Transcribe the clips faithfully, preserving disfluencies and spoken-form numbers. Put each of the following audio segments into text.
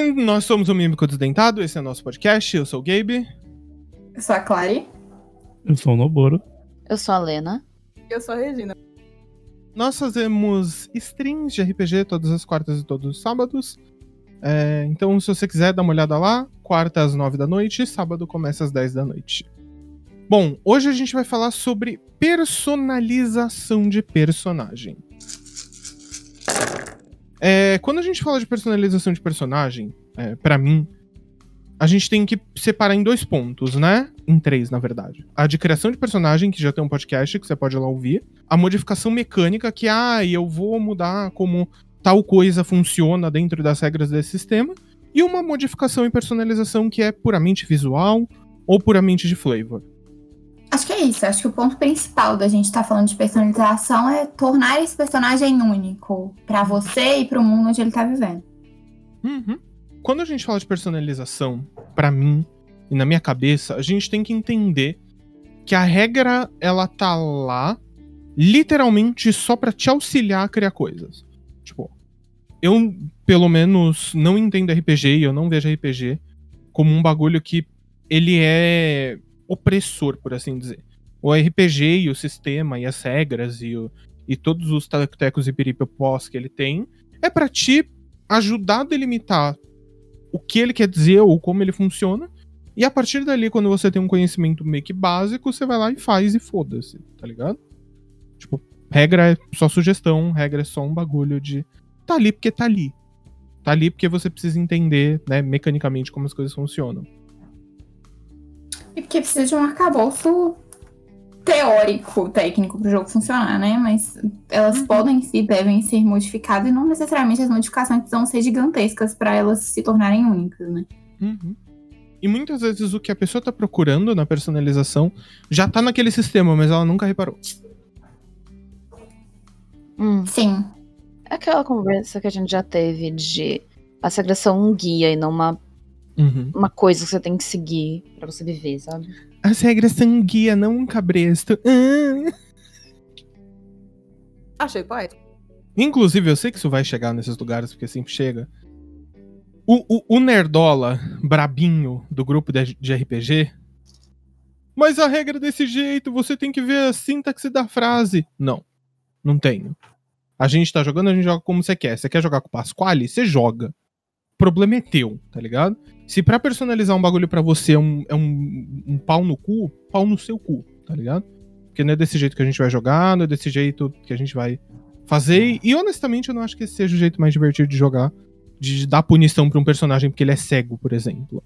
Nós somos o Mímico Desdentado, esse é o nosso podcast, eu sou o Gabe. Eu sou a Clary. Eu sou o Noboro. Eu sou a Lena. Eu sou a Regina. Nós fazemos streams de R P G todas as quartas e todos os sábados. É, então, se você quiser dar uma olhada lá, quarta às nove da noite, sábado começa às dez da noite. Bom, hoje a gente vai falar sobre personalização de personagem. É, quando a gente fala de personalização de personagem, é, pra mim, a gente tem que separar em dois pontos, né? Em três, na verdade. A de criação de personagem, que já tem um podcast que você pode ir lá ouvir. A modificação mecânica, que, ah, eu vou mudar como tal coisa funciona dentro das regras desse sistema. E uma modificação e personalização que é puramente visual ou puramente de flavor. Acho que é isso. Acho que o ponto principal da gente estar tá falando de personalização é tornar esse personagem único pra você e pro mundo onde ele tá vivendo. Uhum. Quando a gente fala de personalização, pra mim e na minha cabeça, a gente tem que entender que a regra, ela tá lá literalmente só pra te auxiliar a criar coisas. Tipo, eu, pelo menos, não entendo R P G e eu não vejo R P G como um bagulho que ele é opressor, por assim dizer. O R P G e o sistema e as regras e, o, e todos os telectecos e piripopós que ele tem é pra te ajudar a delimitar o que ele quer dizer ou como ele funciona, e a partir dali, quando você tem um conhecimento meio que básico, você vai lá e faz e foda-se, tá ligado? Tipo, regra é só sugestão, regra é só um bagulho de tá ali porque tá ali. Tá ali porque você precisa entender, né, mecanicamente como as coisas funcionam. E porque precisa de um arcabouço teórico, técnico pro jogo funcionar, né? Mas elas uhum. podem e devem ser modificadas e não necessariamente as modificações precisam ser gigantescas pra elas se tornarem únicas, né? Uhum. E muitas vezes o que a pessoa tá procurando na personalização já tá naquele sistema, mas ela nunca reparou. Hum. Sim. Aquela conversa que a gente já teve de a sagração um guia e não uma, uhum. uma coisa que você tem que seguir pra você viver, sabe? As regras são um guia, não um cabresto. Ah. Achei poético. Inclusive, eu sei que isso vai chegar nesses lugares, porque sempre chega. O, o, o nerdola brabinho do grupo de, de R P G. Mas a regra é desse jeito, você tem que ver a sintaxe da frase. Não, não tenho. A gente tá jogando, a gente joga como você quer. Você quer jogar com o Pasquale? Você joga. O problema é teu, tá ligado? Se pra personalizar um bagulho pra você é um, é um, um pau no cu, pau no seu cu, tá ligado? Porque não é desse jeito que a gente vai jogar, não é desse jeito que a gente vai fazer. E honestamente eu não acho que esse seja o jeito mais divertido de jogar. De dar punição pra um personagem porque ele é cego, por exemplo.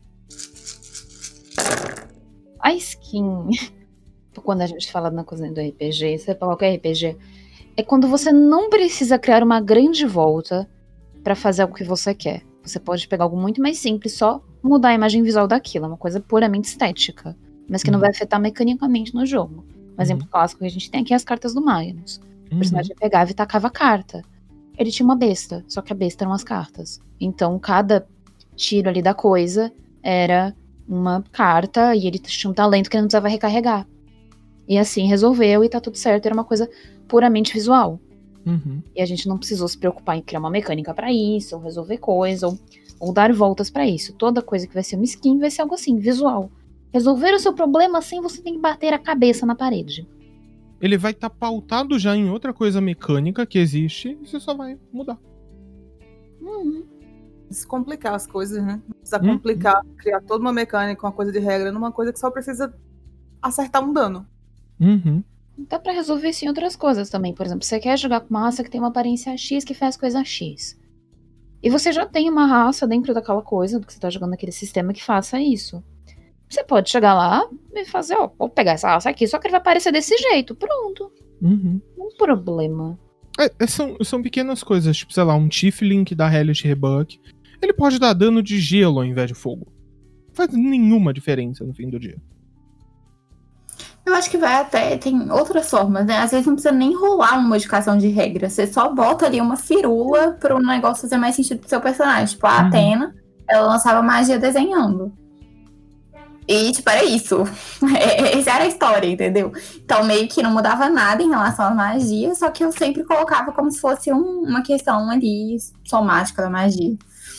A skin, quando a gente fala na coisa do R P G, você fala qualquer R P G, é quando você não precisa criar uma grande volta pra fazer algo que você quer. Você pode pegar algo muito mais simples, só mudar a imagem visual daquilo. É uma coisa puramente estética, mas que uhum. não vai afetar mecanicamente no jogo. Um exemplo uhum. clássico que a gente tem aqui é as cartas do Magnus. O personagem uhum. pegava e tacava a carta. Ele tinha uma besta, só que a besta eram as cartas. Então, cada tiro ali da coisa era uma carta e ele tinha um talento que ele não precisava recarregar. E assim resolveu e tá tudo certo. Era uma coisa puramente visual. Uhum. E a gente não precisou se preocupar em criar uma mecânica pra isso, ou resolver coisa, ou, ou dar voltas pra isso. Toda coisa que vai ser uma skin vai ser algo assim, visual. Resolver o seu problema sem você ter que bater a cabeça na parede. Ele vai estar tá pautado já em outra coisa mecânica que existe e você só vai mudar. Uhum. Descomplicar as coisas, né? Não precisa uhum. complicar, criar toda uma mecânica, uma coisa de regra, numa coisa que só precisa acertar um dano. Uhum. Dá pra resolver isso em outras coisas também. Por exemplo, você quer jogar com uma raça que tem uma aparência X que faz coisa X. E você já tem uma raça dentro daquela coisa, do que você tá jogando naquele sistema que faça isso. Você pode chegar lá e fazer, ó, vou pegar essa raça aqui, só que ele vai aparecer desse jeito. Pronto. Uhum. Um problema. É, são, são pequenas coisas, tipo, sei lá, um Tiflin que dá Hellish Rebuck. Ele pode dar dano de gelo ao invés de fogo. Não faz nenhuma diferença no fim do dia. Eu acho que vai até, tem outras formas, né? Às vezes não precisa nem rolar uma modificação de regra. Você só bota ali uma firula para o negócio fazer mais sentido pro seu personagem. Tipo, a uhum. Athena, ela lançava magia desenhando. E, tipo, era isso. Essa era a história, entendeu? Então, meio que não mudava nada em relação à magia, só que eu sempre colocava como se fosse um, uma questão ali somática da magia.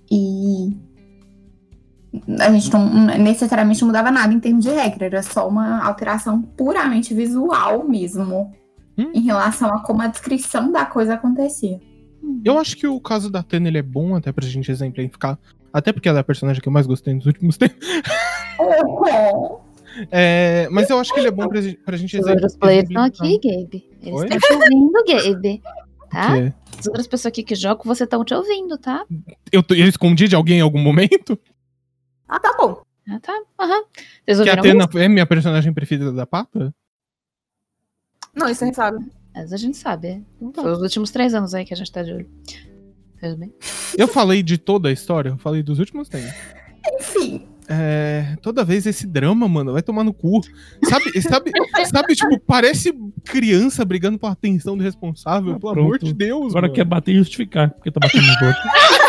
E a gente não necessariamente mudava nada em termos de regra, era só uma alteração puramente visual mesmo, Hum. em relação a como a descrição da coisa acontecia. Eu acho que o caso da Tena, ele é bom até pra gente exemplificar. Até porque ela é a personagem que eu mais gostei nos últimos tempos. Uhum. É, mas eu acho que ele é bom pra, pra gente Os exemplificar. outros players estão aqui, Gabe. Eles Oi? estão te ouvindo, Gabe. Tá? Que As outras pessoas aqui que jogam, você estão te ouvindo, tá? eu, tô- eu escondi de alguém em algum momento? Ah, tá bom. Ah, tá. Aham. Vocês Que a ouviram Tena é minha personagem preferida da Pata? Não, isso a gente sabe. Mas a gente sabe. Foi os últimos três anos aí que a gente tá de olho. Tudo bem? Eu falei de toda a história, eu falei dos últimos tempos. Enfim, É, toda vez esse drama, mano, vai tomar no cu. Sabe, sabe, sabe, tipo, parece criança brigando por atenção do responsável, Ah, pelo pronto. amor de Deus, Agora mano. quer bater e justificar, porque tá batendo nos outros.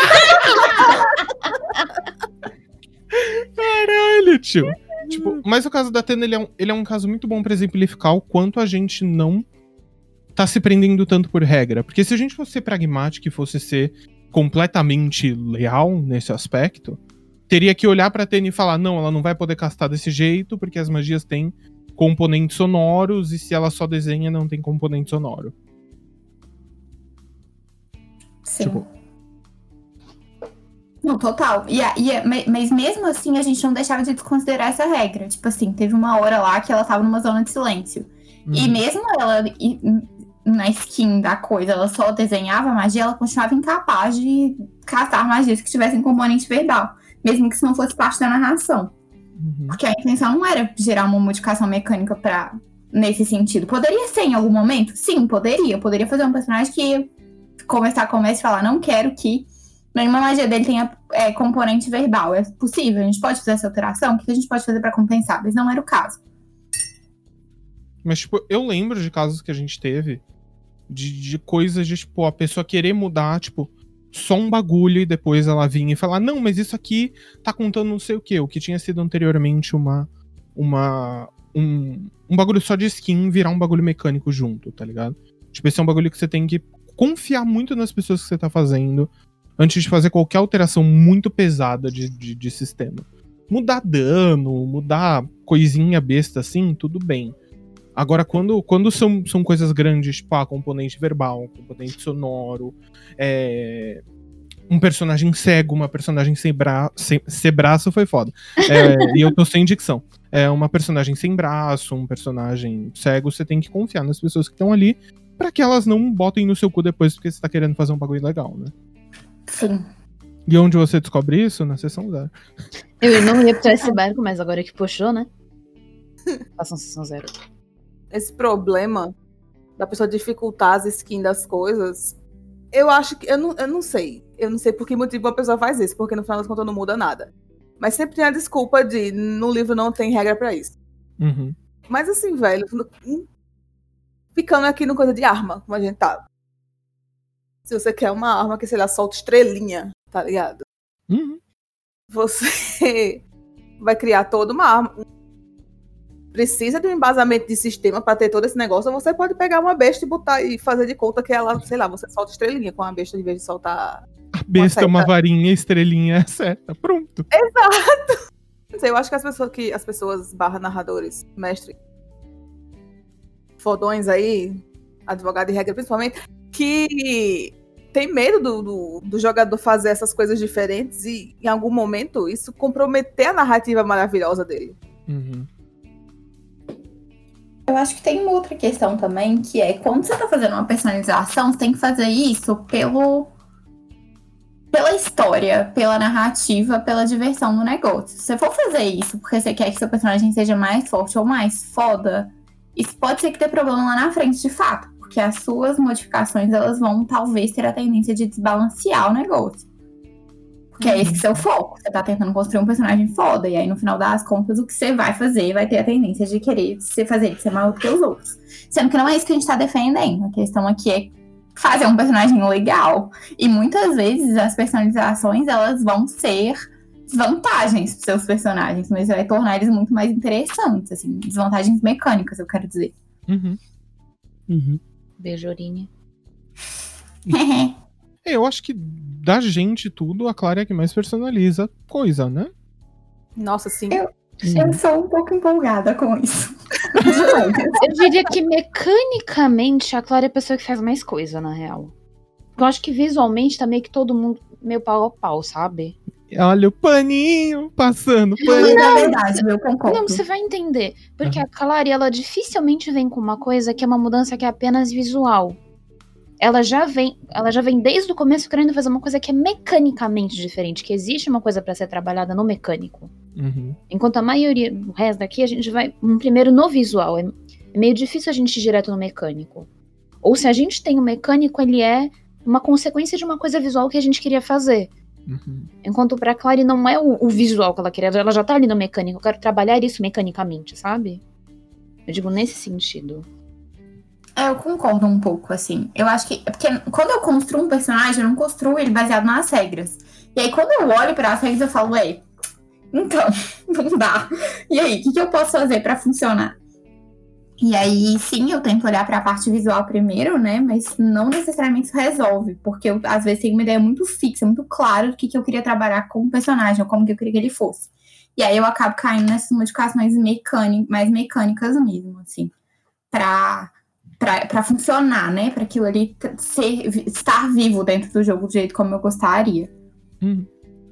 Caralho, tio. Tipo, mas o caso da Tena, ele é, um, ele é um caso muito bom pra exemplificar o quanto a gente não tá se prendendo tanto por regra. Porque se a gente fosse ser pragmático e fosse ser completamente leal nesse aspecto, teria que olhar pra Tena e falar, não, ela não vai poder castar desse jeito, porque as magias têm componentes sonoros, e se ela só desenha, não tem componente sonoro. sim. Tipo, Não, total. E, a- e a- me- mas mesmo assim, a gente não deixava de desconsiderar essa regra. Tipo assim, teve uma hora lá que ela tava numa zona de silêncio. E hum, mesmo ela, e- na skin da coisa, ela só desenhava magia, ela continuava incapaz de castar magias que tivessem componente verbal. Mesmo que isso não fosse parte da narração. uhum. Porque a intenção não era gerar uma modificação mecânica pra, nesse sentido. Poderia ser em algum momento? Sim, poderia. Eu poderia fazer um personagem que começar com o mestre e falar, não quero que nenhuma magia dele tenha é, componente verbal. É possível, a gente pode fazer essa alteração? O que a gente pode fazer pra compensar? Mas não era o caso. Mas, tipo, eu lembro de casos que a gente teve de, de coisas de, tipo, a pessoa querer mudar, tipo, só um bagulho e depois ela vinha e falar, não, mas isso aqui tá contando não sei o que, o que tinha sido anteriormente uma. uma um, um bagulho só de skin virar um bagulho mecânico junto, tá ligado? Tipo, esse é um bagulho que você tem que confiar muito nas pessoas que você tá fazendo antes de fazer qualquer alteração muito pesada de, de, de sistema. Mudar dano, mudar coisinha besta assim, tudo bem. Agora, quando, quando são, são coisas grandes, tipo, ah, componente verbal, componente sonoro, é, um personagem cego, uma personagem sem, bra sem, sem braço foi foda. É, e eu tô sem dicção. É uma personagem sem braço, um personagem cego, você tem que confiar nas pessoas que estão ali pra que elas não botem no seu cu depois porque você tá querendo fazer um bagulho legal, né? Sim. E onde você descobre isso? Na sessão zero. Eu não ia puxar esse barco, mas agora que puxou, né? Façam sessão zero. Esse problema da pessoa dificultar as skins das coisas, eu acho que. Eu não, eu não sei. Eu não sei por que motivo a pessoa faz isso, porque no final das contas não muda nada. Mas sempre tem a desculpa de no livro não tem regra pra isso. Uhum. Mas assim, velho, ficando aqui no coisa de arma, como a gente tá. Se você quer uma arma que, sei lá, solta estrelinha, tá ligado? Uhum. Você vai criar toda uma arma. Precisa de um embasamento de sistema pra ter todo esse negócio, ou você pode pegar uma besta e botar e fazer de conta que ela, sei lá, você solta estrelinha com a besta em vez de soltar. A besta é uma seta. varinha, estrelinha é seta. Pronto. Exato! Não sei, eu acho que as pessoas que as pessoas barra narradores, mestre, fodões aí, advogado de regra principalmente, que tem medo do, do, do jogador fazer essas coisas diferentes e em algum momento isso comprometer a narrativa maravilhosa dele. Uhum. Eu acho que tem uma outra questão também, que é quando você tá fazendo uma personalização, você tem que fazer isso pelo pela história, pela narrativa, pela diversão do negócio. Se você for fazer isso porque você quer que seu personagem seja mais forte ou mais foda, isso pode ser que dê problema lá na frente, de fato. Porque as suas modificações, elas vão talvez ter a tendência de desbalancear o negócio. Porque é esse que é o seu foco. Você tá tentando construir um personagem foda. E aí, no final das contas, o que você vai fazer vai ter a tendência de querer você fazer ele ser maior do que os outros. Sendo que não é isso que a gente tá defendendo. A questão aqui é fazer um personagem legal. E muitas vezes as personalizações, elas vão ser desvantagens pros seus personagens. Mas vai tornar eles muito mais interessantes, assim. Desvantagens mecânicas, eu quero dizer. Uhum. Uhum. Beijorinha. É, eu acho que da gente tudo, a Clara é a que mais personaliza coisa, né? Nossa, sim. Eu- Sim. Eu sou um pouco empolgada com isso. Eu diria que mecanicamente a Clara é a pessoa que faz mais coisa, na real. Eu acho que visualmente tá meio que todo mundo meio pau a pau, sabe? Olha o paninho passando, Não, mas paninho. é verdade, eu concordo. Não, você vai entender. Porque a Clara, ela dificilmente vem com uma coisa que é uma mudança que é apenas visual. Ela já vem, ela já vem desde o começo querendo fazer uma coisa que é mecanicamente diferente, que existe uma coisa pra ser trabalhada no mecânico. Uhum. Enquanto a maioria, o resto daqui, a gente vai um, primeiro no visual. É, é meio difícil a gente ir direto no mecânico. Ou se a gente tem o mecânico, ele é uma consequência de uma coisa visual que a gente queria fazer. Uhum. Enquanto pra Clary não é o, o visual que ela queria, ela já tá ali no mecânico. Eu quero trabalhar isso mecanicamente, sabe? Eu digo nesse sentido. É, eu concordo um pouco, assim. Eu acho que. Porque quando eu construo um personagem, eu não construo ele baseado nas regras. E aí, quando eu olho para as regras, eu falo, ei, então, não dá. E aí, o que, que eu posso fazer para funcionar? E aí, sim, eu tento olhar para a parte visual primeiro, né? Mas não necessariamente isso resolve. Porque eu, às vezes, tenho uma ideia muito fixa, muito clara do que, que eu queria trabalhar com o personagem, ou como que eu queria que ele fosse. E aí, eu acabo caindo nessas modificações mecânicas, mais mecânicas mesmo, assim. Pra. Para funcionar, né? Para aquilo ali ser, estar vivo dentro do jogo do jeito como eu gostaria. Uhum.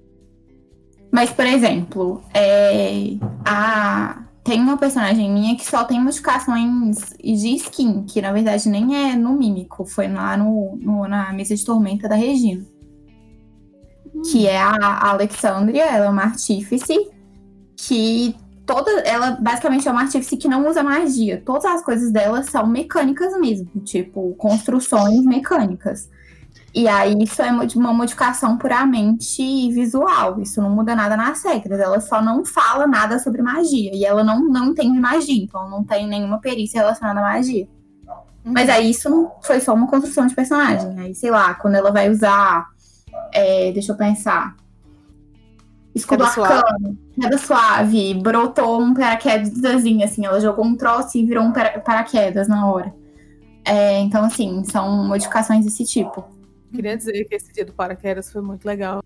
Mas, por exemplo, é, a, tem uma personagem minha que só tem modificações de skin, que na verdade nem é no Mímico, foi lá no, no, na mesa de tormenta da Regina. Hum. Que é a, a Alexandria, ela é uma artífice que. Toda, ela basicamente é uma artífice que não usa magia. Todas as coisas dela são mecânicas mesmo, tipo, construções mecânicas. E aí isso é uma modificação puramente visual, isso não muda nada nas regras. Ela só não fala nada sobre magia, e ela não, não entende magia, então não tem nenhuma perícia relacionada à magia. Uhum. Mas aí isso não foi só uma construção de personagem. Aí, sei lá, quando ela vai usar, é, deixa eu pensar... Escudo arcano, queda suave, brotou um paraquedazinho, assim, ela jogou um troço e virou um paraquedas na hora. É, então, assim, são modificações desse tipo. Queria dizer que esse dia do paraquedas foi muito legal.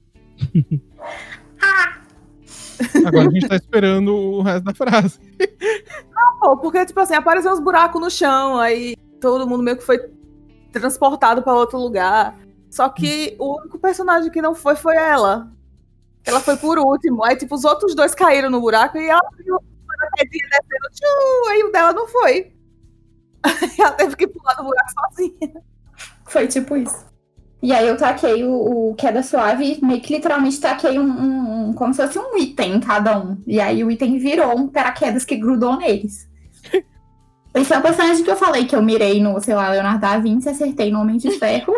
Ah! Agora a gente tá esperando o resto da frase. Não, pô, porque, tipo assim, apareceu uns buracos no chão, aí todo mundo meio que foi transportado pra outro lugar. Só que o único personagem que não foi, foi ela. Ela foi por último, aí tipo, os outros dois caíram no buraco e ela viu a pedrinha descendo, tchum, aí o dela não foi. Ela teve que pular no buraco sozinha. Foi tipo isso. E aí eu taquei o, o queda suave, meio que literalmente taquei um, um, um, como se fosse um item em cada um. E aí o item virou um paraquedas que grudou neles. Esse é o personagem que eu falei, que eu mirei no, sei lá, Leonardo da Vinci, acertei no Homem de Ferro.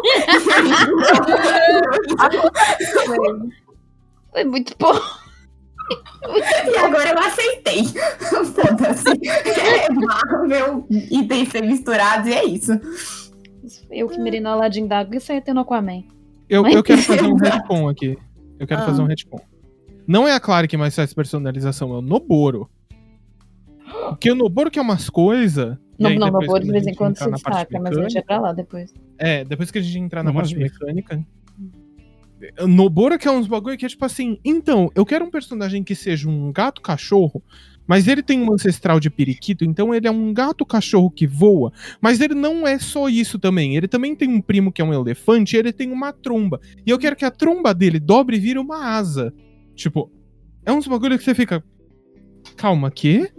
Foi muito bom. E agora eu aceitei. Foda-se. É Marvel, itens ser misturados e é isso. Eu que mirei no Aladdin d'água e saí tendo Aquaman. Eu, Mas... eu quero fazer um retcon aqui. Eu quero Ah. fazer um retcon. Não é a Clara que mais faz personalização, é o Noboro. Porque o Noboro quer umas coisas... Não, não, Noboro de vez em quando se destaca, mas a gente é pra lá depois. É, depois que a gente entrar na Vamos parte ver. mecânica... Noboro quer uns bagulho que é tipo assim... Então, eu quero um personagem que seja um gato-cachorro, mas ele tem um ancestral de periquito, então ele é um gato-cachorro que voa. Mas ele não é só isso também. Ele também tem um primo que é um elefante e ele tem uma tromba. E eu quero que a tromba dele dobre e vire uma asa. Tipo, é uns bagulho que você fica... Calma, quê?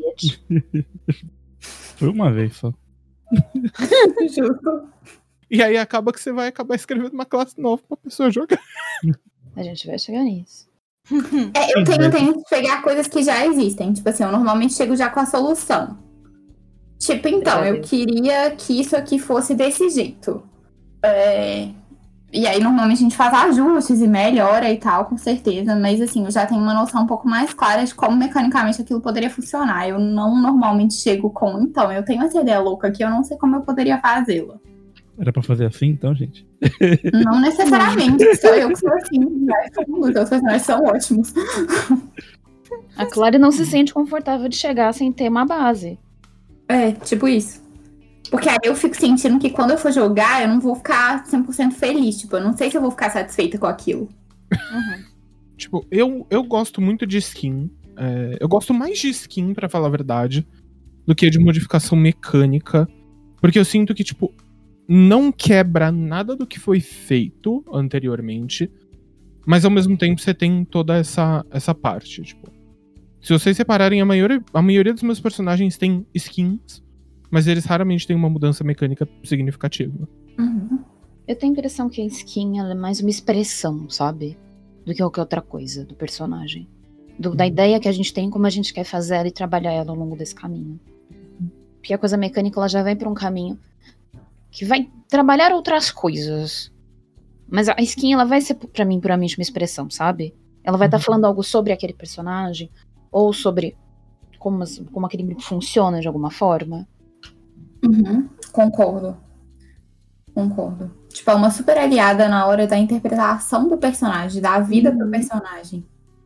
Foi uma vez só. Justo. E aí acaba que você vai acabar escrevendo uma classe nova pra pessoa jogar. A gente vai chegar nisso. É, eu tenho, tenho que pegar coisas que já existem. Tipo assim, eu normalmente chego já com a solução. Tipo, então, eu queria que isso aqui fosse desse jeito. É... E aí, normalmente, a gente faz ajustes e melhora e tal, com certeza. Mas, assim, eu já tenho uma noção um pouco mais clara de como mecanicamente aquilo poderia funcionar. Eu não normalmente chego com, então, eu tenho essa ideia louca aqui, eu não sei como eu poderia fazê-la. Era pra fazer assim, então, gente? Não necessariamente, sou eu que sou assim. Vai fundo, os personagens são ótimos. A Clara não se sente confortável de chegar sem ter uma base. É, tipo isso. Porque aí eu fico sentindo que quando eu for jogar, eu não vou ficar cem por cento feliz. Tipo, eu não sei se eu vou ficar satisfeita com aquilo. Uhum. Tipo, eu, eu gosto muito de skin. É, eu gosto mais de skin, pra falar a verdade, do que de modificação mecânica. Porque eu sinto que, tipo, não quebra nada do que foi feito anteriormente. Mas ao mesmo tempo você tem toda essa, essa parte, tipo. Se vocês separarem, a maioria, a maioria dos meus personagens tem skins, mas eles raramente têm uma mudança mecânica significativa. Uhum. Eu tenho a impressão que a skin ela é mais uma expressão, sabe? Do que qualquer outra coisa do personagem. Do, da ideia que a gente tem, como a gente quer fazer ela e trabalhar ela ao longo desse caminho. Porque a coisa mecânica ela já vai pra um caminho que vai trabalhar outras coisas. Mas a skin ela vai ser pra mim puramente uma expressão, sabe? Ela vai estar tá falando algo sobre aquele personagem, ou sobre como, como aquele grupo funciona de alguma forma. Uhum. Concordo. Concordo. Tipo, é uma super aliada na hora da interpretação do personagem, da vida Uhum. pro personagem.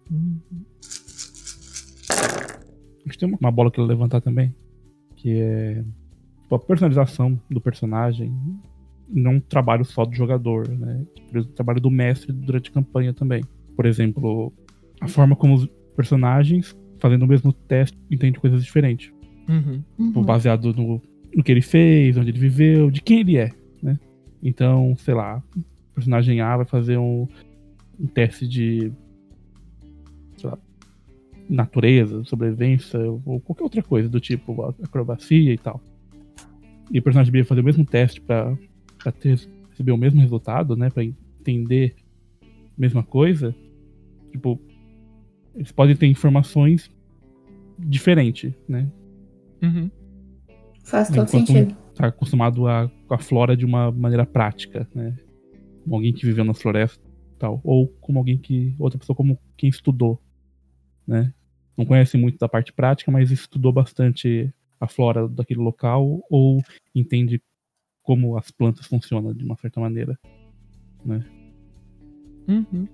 Acho que tem uma- uma bola que eu levantar também, que é tipo, a personalização do personagem, não um trabalho só do jogador, né? Tipo, o trabalho do mestre durante a campanha também. Por exemplo, a forma como os personagens, fazendo o mesmo teste, entendem coisas diferentes. Uhum. Tipo, Uhum. baseado no, no que ele fez, onde ele viveu, de quem ele é, né? Então, sei lá, o personagem A vai fazer um, um teste de, sei lá, natureza, sobrevivência, ou qualquer outra coisa do tipo acrobacia e tal. E o personagem B vai fazer o mesmo teste pra, pra ter, receber o mesmo resultado, né? Pra entender a mesma coisa. Tipo, eles podem ter informações diferentes, né? Uhum. Faz todo Enquanto um sentido. tá acostumado a, com a flora de uma maneira prática, né? Como alguém que viveu na floresta e tal. Ou como alguém que. Outra pessoa como quem estudou, né? Não conhece muito da parte prática, mas estudou bastante a flora daquele local, ou entende como as plantas funcionam de uma certa maneira, né? Uhum.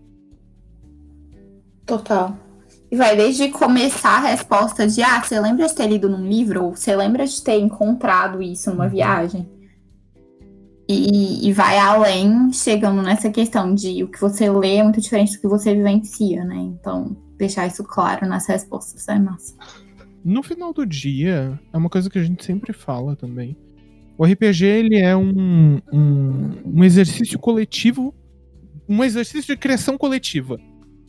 Total. E vai desde começar a resposta de ah, você lembra de ter lido num livro? Ou você lembra de ter encontrado isso numa Uhum. viagem? E, e vai além, chegando nessa questão de o que você lê é muito diferente do que você vivencia, né? Então, deixar isso claro nas respostas é massa. No final do dia, é uma coisa que a gente sempre fala também. O R P G, ele é um, um, um exercício coletivo, um exercício de criação coletiva.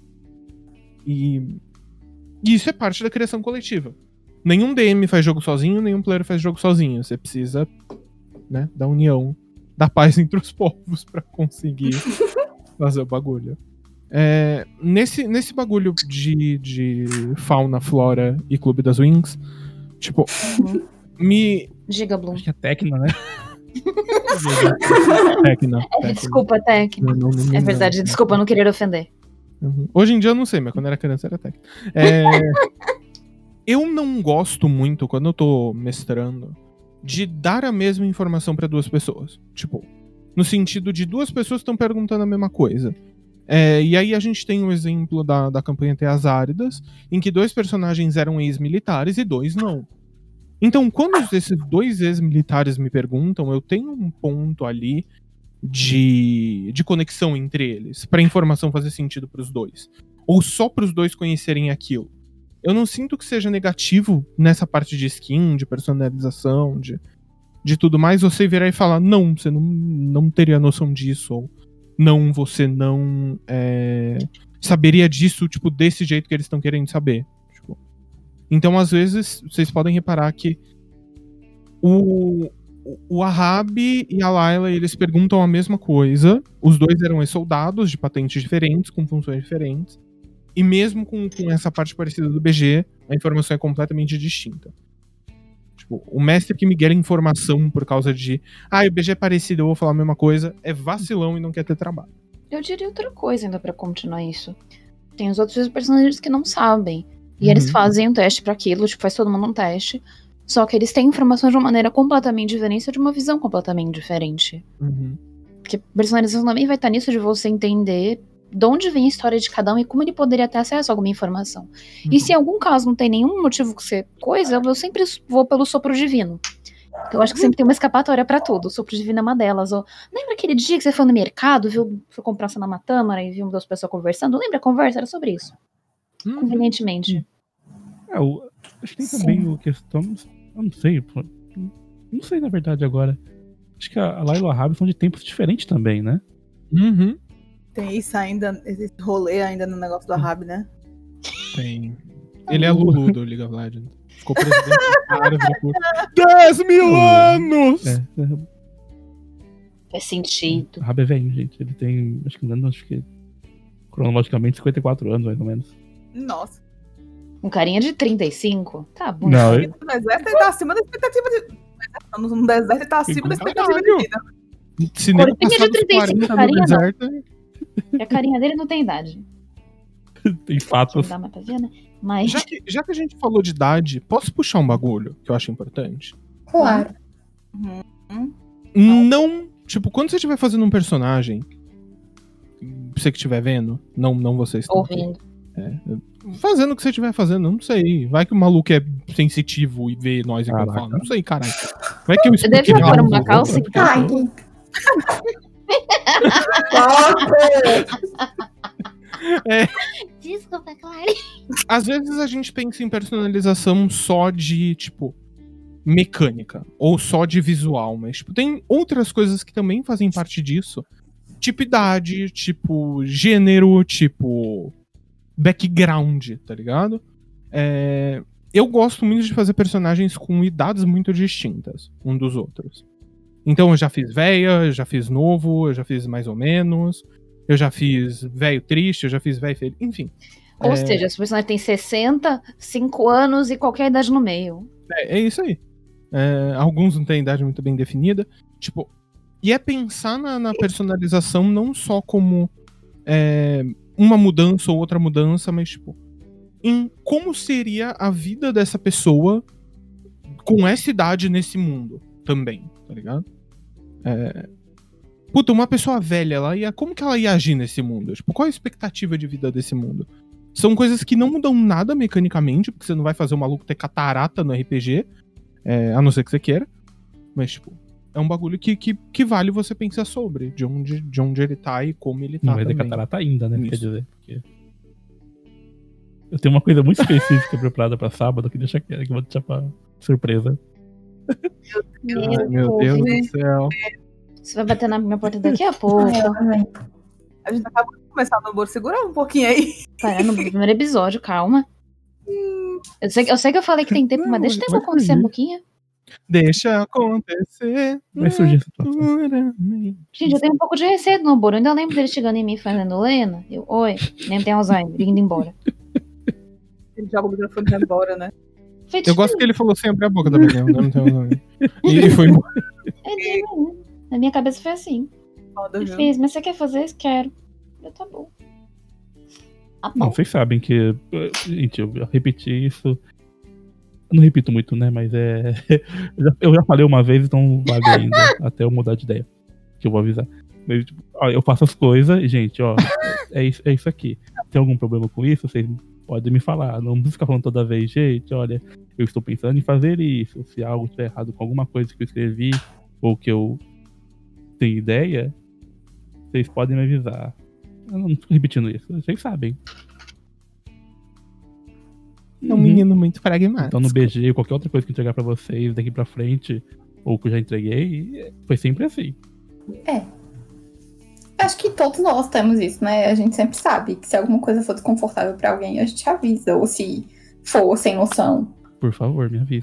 E isso é parte da criação coletiva. Nenhum D M faz jogo sozinho, nenhum player faz jogo sozinho. Você precisa, né, da união, da paz entre os povos pra conseguir fazer o bagulho. É, nesse, nesse bagulho de, de fauna, flora e Clube das Wings, tipo, Uhum. me... Diga, Bloom. Acho que é Tecna, né? Tecna, É, Tecna. desculpa, Tec. Não, não, não, É verdade, não. desculpa, eu não queria ofender. Uhum. Hoje em dia eu não sei, mas quando era criança era Tecna. É, eu não gosto muito, quando eu tô mestrando, de dar a mesma informação pra duas pessoas. Tipo, no sentido de duas pessoas estão perguntando a mesma coisa. É, e aí a gente tem um exemplo da, da campanha Terras Áridas, em que dois personagens eram ex-militares e dois não. Então, quando esses dois ex-militares me perguntam, eu tenho um ponto ali de, de conexão entre eles, pra informação fazer sentido pros dois. Ou só pros dois conhecerem aquilo. Eu não sinto que seja negativo nessa parte de skin, de personalização, de, de tudo mais, você virar e falar, não, você não, não teria noção disso, ou não, você não é, saberia disso, tipo, desse jeito que eles estão querendo saber. Tipo. Então, às vezes, vocês podem reparar que o, o Ahab e a Layla, eles perguntam a mesma coisa. Os dois eram soldados de patentes diferentes, com funções diferentes. E mesmo com, com essa parte parecida do B G, a informação é completamente distinta. Tipo, o mestre que me guia informação por causa de ah, o B G é parecido, eu vou falar a mesma coisa, é vacilão e não quer ter trabalho. Eu diria outra coisa ainda pra continuar isso. Tem os outros personagens que não sabem. E Uhum. eles fazem um teste pra aquilo, tipo, faz todo mundo um teste. Só que eles têm informações de uma maneira completamente diferente, de uma visão completamente diferente. Uhum. Porque personalização também vai estar nisso de você entender de onde vem a história de cada um e como ele poderia ter acesso a alguma informação. Uhum. E se em algum caso não tem nenhum motivo que você coisa, eu sempre vou pelo sopro divino. Eu acho que sempre tem uma escapatória pra tudo. O sopro divino é uma delas. Ou, lembra aquele dia que você foi no mercado, viu, foi comprar uma Sanamatâmara e viu duas pessoas conversando? Lembra a conversa? Era sobre isso. Hum. Convenientemente. É, o, acho que tem Sim. também o questão. Eu não sei. pô, Não sei, na verdade, agora. Acho que a Layla e o Ahab são de tempos diferentes também, né? Uhum. Tem isso ainda, esse rolê ainda no negócio do Ahab, né? Tem. Ele é Lulu do League of Legends. Ficou presidente da árvore por dez mil anos! É, é, Faz sentido. o Ahab é velho, gente. Ele tem, acho que não, acho que cronologicamente cinquenta e quatro anos, mais ou menos. Nossa. Um carinha de trinta e cinco? Tá bom. Não, né? ele- No deserto ele tá acima da expectativa de. No deserto ele tá acima da expectativa de Caralho. vida. Se nego Corpinho de passar dos trinta e cinco, quarenta no carinha não. deserto, E a carinha dele não tem idade. tem Não fatos. dá mais pra ver, né? Mas. já que, já que a gente falou de idade, posso puxar um bagulho que eu acho importante? Claro. Não, tipo, quando você estiver fazendo um personagem, você que estiver vendo, não, não vocês estão aqui, Ouvindo. fazendo o que você estiver fazendo, não sei. Vai que o maluco é sensitivo e vê nós enquanto Caraca. fala. Não sei, caralho. Vai que eu Você deve explique pôr mal, uma vou- calça e Cague. Foco! Desculpa, Clary. Às vezes a gente pensa em personalização só de, tipo, mecânica. Ou só de visual. Mas, tipo, tem outras coisas que também fazem parte disso. Tipo idade, tipo gênero, tipo background, tá ligado? É, eu gosto muito de fazer personagens com idades muito distintas um dos outros. Então eu já fiz véia, eu já fiz novo, eu já fiz mais ou menos, eu já fiz velho triste, eu já fiz velho feliz, enfim. Ou É. seja, esse personagem tem sessenta, cinco anos e qualquer idade no meio. É, é isso aí. É, alguns não têm idade muito bem definida. Tipo, e é pensar na, na personalização não só como é, uma mudança ou outra mudança, mas tipo, em como seria a vida dessa pessoa com essa idade nesse mundo também, tá ligado? É, puta, uma pessoa velha, ela ia, como que ela ia agir nesse mundo? Tipo, qual a expectativa de vida desse mundo? São coisas que não mudam nada mecanicamente, porque você não vai fazer o maluco ter catarata no R P G, é, a não ser que você queira. Mas, tipo, é um bagulho que, que, que vale você pensar sobre, de onde, de onde ele tá e como ele tá Não vai ter também. catarata ainda, né? Quer Isso. dizer. Porque... Eu tenho uma coisa muito específica preparada pra sábado que deixa que eu vou deixar pra surpresa. Ai, meu Deus do céu. Você vai bater na minha porta daqui a pouco. A gente acabou de começar no bolo. Segura um pouquinho aí. Cara, no primeiro episódio, calma. Eu sei, eu sei que eu falei que tem tempo, Não, mas deixa o tempo vai acontecer um surgir. pouquinho. Deixa acontecer. Vai surgir a situação. naturalmente. Gente, eu tenho um pouco de receio do Noboro. Eu ainda lembro dele chegando em mim falando, Lena, eu, oi, nem tem Alzheimer, indo embora. Ele joga o microfone e vai embora, né? Feito Eu gosto que ele falou sem abrir a boca também, né? Não tem nome. E ele foi embora. É, né? Na minha cabeça foi assim. Foda, Eu viu? fiz, mas você quer fazer isso? Quero. Eu, tá bom. Ah, Não, bom. vocês sabem que. eh, Gente, eu repeti isso. Eu não repito muito, né? Mas é. Eu já, eu já falei uma vez, então vale ainda. Até eu mudar de ideia. Que eu vou avisar. Mas, tipo, ó, eu faço as coisas e, gente, ó. É isso, é isso aqui. Tem algum problema com isso? Vocês podem me falar. Não precisa ficar falando toda vez, gente, olha, eu estou pensando em fazer isso. Se algo estiver errado com alguma coisa que eu escrevi ou que eu tenho ideia, vocês podem me avisar. Eu não fico repetindo isso. Vocês sabem. É um menino muito pragmático. Então no B G, qualquer outra coisa que eu entregar pra vocês daqui pra frente, ou que eu já entreguei, foi sempre assim. É. Acho que todos nós temos isso, né? A gente sempre sabe que se alguma coisa for desconfortável pra alguém, a gente avisa. Ou se for sem noção. Por favor, me avise.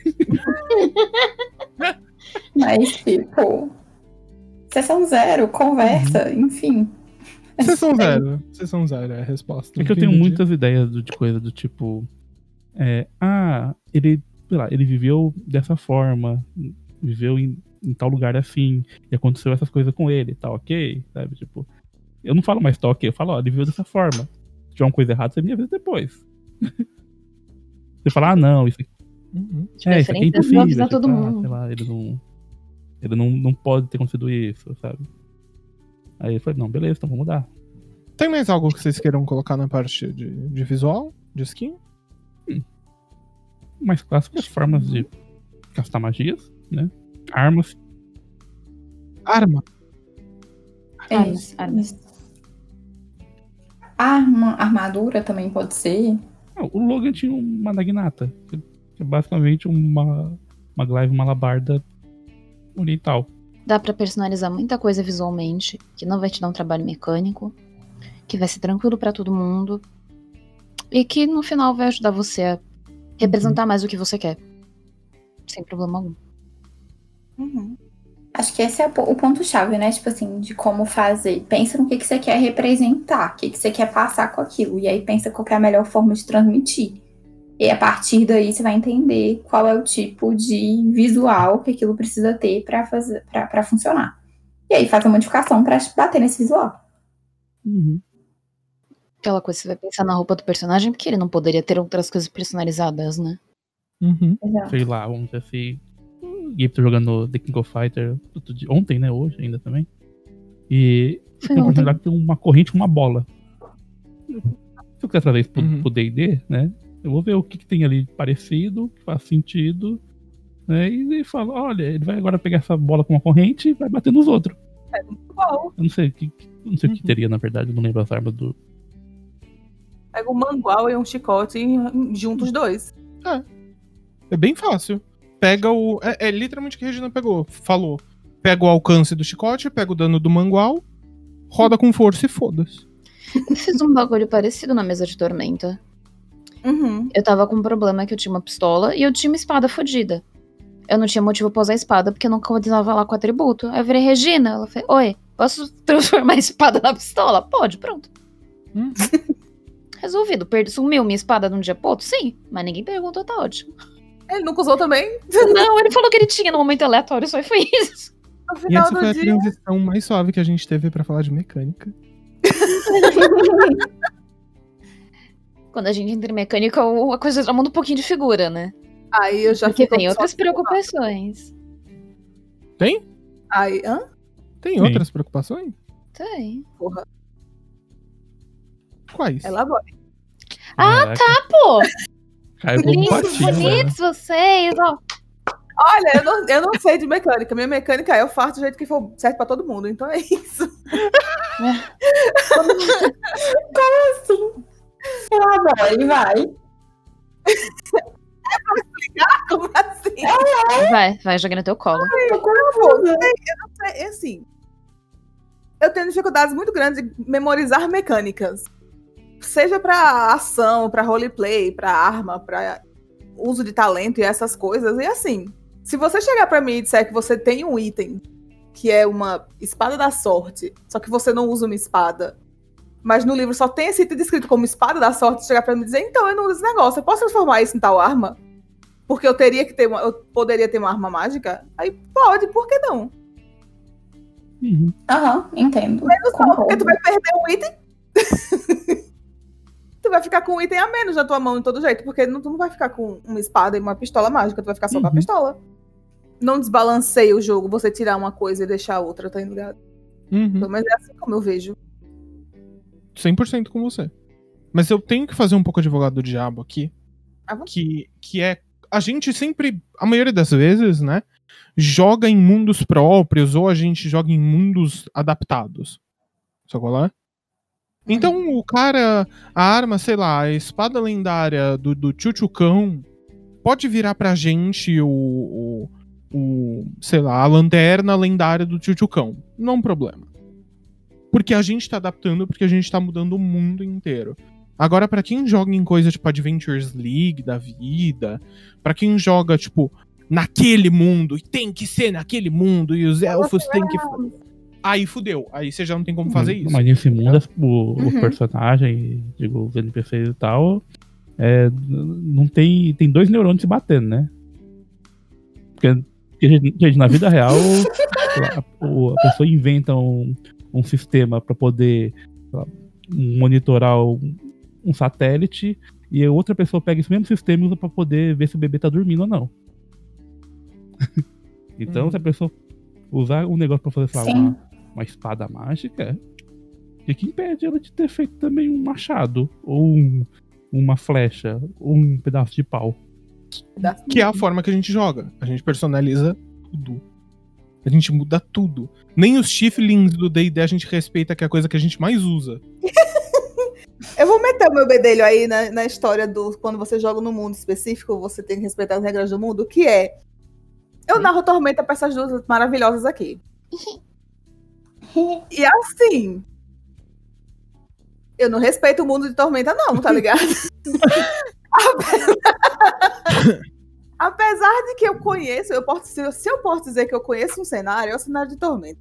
Mas, tipo, sessão zero, conversa, enfim. Sessão zero. Sessão zero é a resposta. É que eu tenho muitas ideias do- de coisa do tipo. É, ah, ele, sei lá, ele viveu dessa forma, viveu em, em tal lugar assim, e aconteceu essas coisas com ele, tá ok? Sabe, tipo, eu não falo mais tá ok, eu falo, ó, ele viveu dessa forma. Se tiver uma coisa errada, você me avisa depois. Você fala, ah, não, isso aqui, Uhum. De é, isso aqui é preferência, eu vou impossível. avisar tipo, todo ah, mundo. sei lá, ele não. Ele não, não pode ter acontecido isso, sabe? Aí eu falei, não, beleza, então vamos mudar. Tem mais algo que vocês queiram colocar na parte de, de visual? De skin? Mais clássicas formas de castar magias. né? Armas. Arma. É Armas, isso, armas. isso. Arma, armadura também pode ser. Ah, o Logan tinha uma Naginata, que é basicamente uma, uma Glaive Malabarda oriental. Dá pra personalizar muita coisa visualmente, que não vai te dar um trabalho mecânico, que vai ser tranquilo pra todo mundo, e que no final vai ajudar você a representar mais o que você quer. Sem problema algum. Uhum. Acho que esse é o ponto-chave, né? Tipo assim, de como fazer. Pensa no que, que você quer representar, o que, que você quer passar com aquilo. E aí pensa qual que é a melhor forma de transmitir. E a partir daí você vai entender qual é o tipo de visual que aquilo precisa ter pra, fazer, pra, pra funcionar. E aí faz a modificação pra bater nesse visual. Uhum. Aquela coisa, você vai pensar na roupa do personagem, porque ele não poderia ter outras coisas personalizadas, né? Uhum. Exato. Sei lá, vamos dizer assim. O Gabe tá jogando The King of Fighter ontem, né? Hoje ainda também. E Foi tem uma ontem. oportunidade de ter uma corrente com uma bola. Se eu quiser trazer isso pro, Uhum. pro D e D, né? Eu vou ver o que, que tem ali parecido, que faz sentido, né? E, e falo, olha, ele vai agora pegar essa bola com uma corrente e vai bater nos outros. É muito bom. Eu não sei, que, que- eu não sei o que Uhum. teria, na verdade, eu não lembro as armas do. Pega um mangual e um chicote e junta os dois. É bem fácil. Pega o. É, é literalmente o que a Regina pegou. Falou. Pega o alcance do chicote, pega o dano do mangual, roda com força e foda-se. Eu fiz um bagulho parecido na mesa de Tormenta. Uhum. Eu tava com um problema que eu tinha uma pistola e eu tinha uma espada fodida. Eu não tinha motivo pra usar a espada porque eu não combinava lá com o atributo. Aí eu virei, Regina, ela falou, oi, posso transformar a espada na pistola? Pode, pronto. Hum. Resolvido. Perdi, sumiu minha espada de um dia pro outro? Sim, mas ninguém perguntou, tá ótimo. Ele nunca usou também? Não, ele falou que ele tinha no momento aleatório, só foi isso. No E final essa foi do a dia. transição mais suave que a gente teve pra falar de mecânica. Quando a gente entra em mecânica, o- a coisa já muda um pouquinho de figura, né? Aí eu já Porque fico tem só- outras preocupações. Tem? Aí, hã? Tem Sim. outras preocupações? Tem. Porra, Quais? ela vai. Ah, tá! Pô, Caiu como lindos, patinho, né? bonitos vocês, ó. Olha, eu não, eu não sei de mecânica. Minha mecânica é eu faço do jeito que for certo pra todo mundo. Então é isso. Ah, ele vai. Como assim? Vai, vai, joguei no teu colo. Pô, eu não sei, é assim. Eu tenho dificuldades muito grandes de memorizar mecânicas. Seja pra ação, pra roleplay, pra arma, pra uso de talento e essas coisas. E assim, se você chegar pra mim e disser que você tem um item que é uma espada da sorte, só que você não usa uma espada, mas no livro só tem esse item descrito como espada da sorte, chegar pra mim e dizer, então eu não uso esse negócio, eu posso transformar isso em tal arma? Porque eu teria que ter uma, eu poderia ter uma arma mágica? Aí pode, por que não? Uhum. Aham, entendo. Menos não, porque Concordo. tu vai perder um item. Tu vai ficar com um item a menos na tua mão de todo jeito, porque não, tu não vai ficar com uma espada e uma pistola mágica, tu vai ficar só com a Uhum. pistola. Não desbalanceia o jogo você tirar uma coisa e deixar a outra, tá ligado? Uhum. Pelo menos é assim como eu vejo. cem por cento com você. Mas eu tenho que fazer um pouco advogado do diabo aqui. Ah, vamos. Que, que é. A gente sempre, a maioria das vezes, né? Joga em mundos próprios ou a gente joga em mundos adaptados. Sabe qual é? Então o cara, a arma, sei lá, a espada lendária do, do Tchutchucão pode virar pra gente o, o, o, sei lá, a lanterna lendária do Tchutchucão. Não é um problema. Porque a gente tá adaptando, porque a gente tá mudando o mundo inteiro. Agora, pra quem joga em coisa tipo Adventures League da vida, pra quem joga, tipo, naquele mundo, e tem que ser naquele mundo, e os elfos tem que... Aí fudeu. Aí você já não tem como fazer isso. Mas nesse mundo, o, Uhum. o personagem, digo, os N P Cs e tal, é, não tem. Tem dois neurônios se batendo, né? Porque, porque gente, na vida real, a, o- a pessoa inventa um, um sistema pra poder sei lá, monitorar um, um satélite e a outra pessoa pega esse mesmo sistema e usa pra poder ver se o bebê tá dormindo ou não. Então, Uhum. se a pessoa usar um negócio pra fazer, sei lá, Sim. uma, uma espada mágica, o que impede ela de ter feito também um machado, ou um- uma flecha, ou um pedaço de pau? Que é a forma que a gente joga. A gente personaliza tudo. A gente muda tudo. Nem os tieflings do D e D a gente respeita, que é a coisa que a gente mais usa. Eu vou meter o meu bedelho aí na, na história do quando você joga no mundo específico, você tem que respeitar as regras do mundo, que é... Eu narro Tormenta pra essas duas maravilhosas aqui. E assim... Eu não respeito o mundo de Tormenta não, tá ligado? Apesar... Apesar de que eu conheço, eu posso, se eu posso dizer que eu conheço um cenário, é o cenário de Tormenta.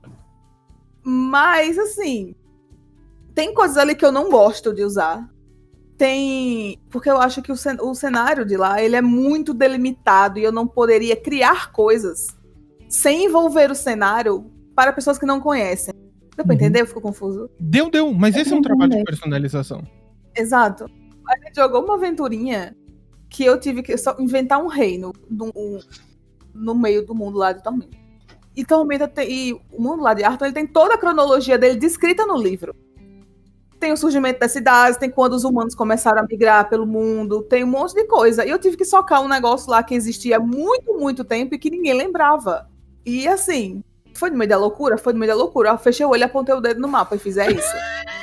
Mas, assim... Tem coisas ali que eu não gosto de usar. Tem... Porque eu acho que o, cen... o cenário de lá, ele é muito delimitado e eu não poderia criar coisas sem envolver o cenário para pessoas que não conhecem. Deu pra Uhum. entender? Eu fico confuso. Deu, deu. Mas esse é um trabalho de personalização. Exato. A gente jogou uma aventurinha que eu tive que só inventar um reino no, no meio do mundo lá de Tormenta. E Tormenta tem... E o mundo lá de Arthur, ele tem toda a cronologia dele descrita no livro. Tem o surgimento das cidades, tem quando os humanos começaram a migrar pelo mundo, tem um monte de coisa. E eu tive que socar um negócio lá que existia há muito, muito tempo e que ninguém lembrava. E assim, foi no meio da loucura? Foi no meio da loucura. Eu fechei o olho, apontei o dedo no mapa e fiz é isso.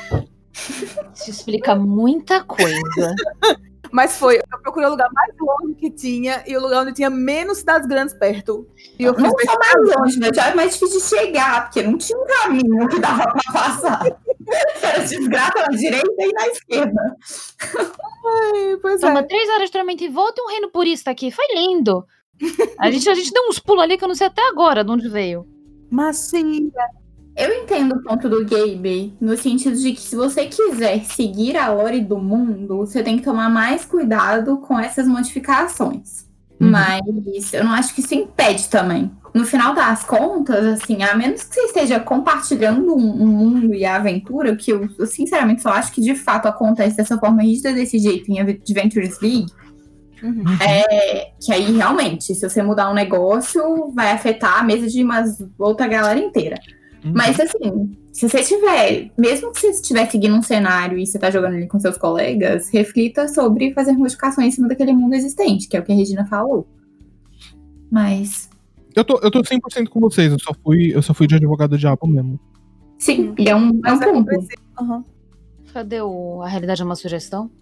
Isso explica muita coisa. Mas foi, eu procurei o lugar mais longe que tinha e o lugar onde tinha menos cidades grandes perto. E eu fiz Não só mais longe, mas já é mais difícil de chegar, porque não tinha um caminho que dava pra passar. Era desgraça na direita e na esquerda. Ai, pois Toma é. três horas de tormenta e volta e um reino purista aqui. Foi lindo. A gente, a gente deu uns pulos ali que eu não sei até agora de onde veio. Mas sim. Eu entendo o ponto do Gabe, no sentido de que se você quiser seguir a lore do mundo, você tem que tomar mais cuidado com essas modificações. Uhum. Mas eu não acho que isso impede também. No final das contas, assim, a menos que você esteja compartilhando um, um mundo e a aventura, que eu, eu sinceramente só acho que de fato acontece dessa forma rígida desse jeito em Adventures League, Uhum. é, que aí realmente, se você mudar um negócio, vai afetar a mesa de uma outra galera inteira. Uhum. Mas assim, se você tiver, mesmo que você estiver seguindo um cenário e você tá jogando ali com seus colegas, reflita sobre fazer modificações em cima daquele mundo existente, que é o que a Regina falou. Mas, Eu tô, eu tô cem por cento com vocês, eu só fui, eu só fui de advogado diabo mesmo. sim, e é um, é um Mas é ponto. compreensível. Uhum. Cadê o... A realidade é uma sugestão?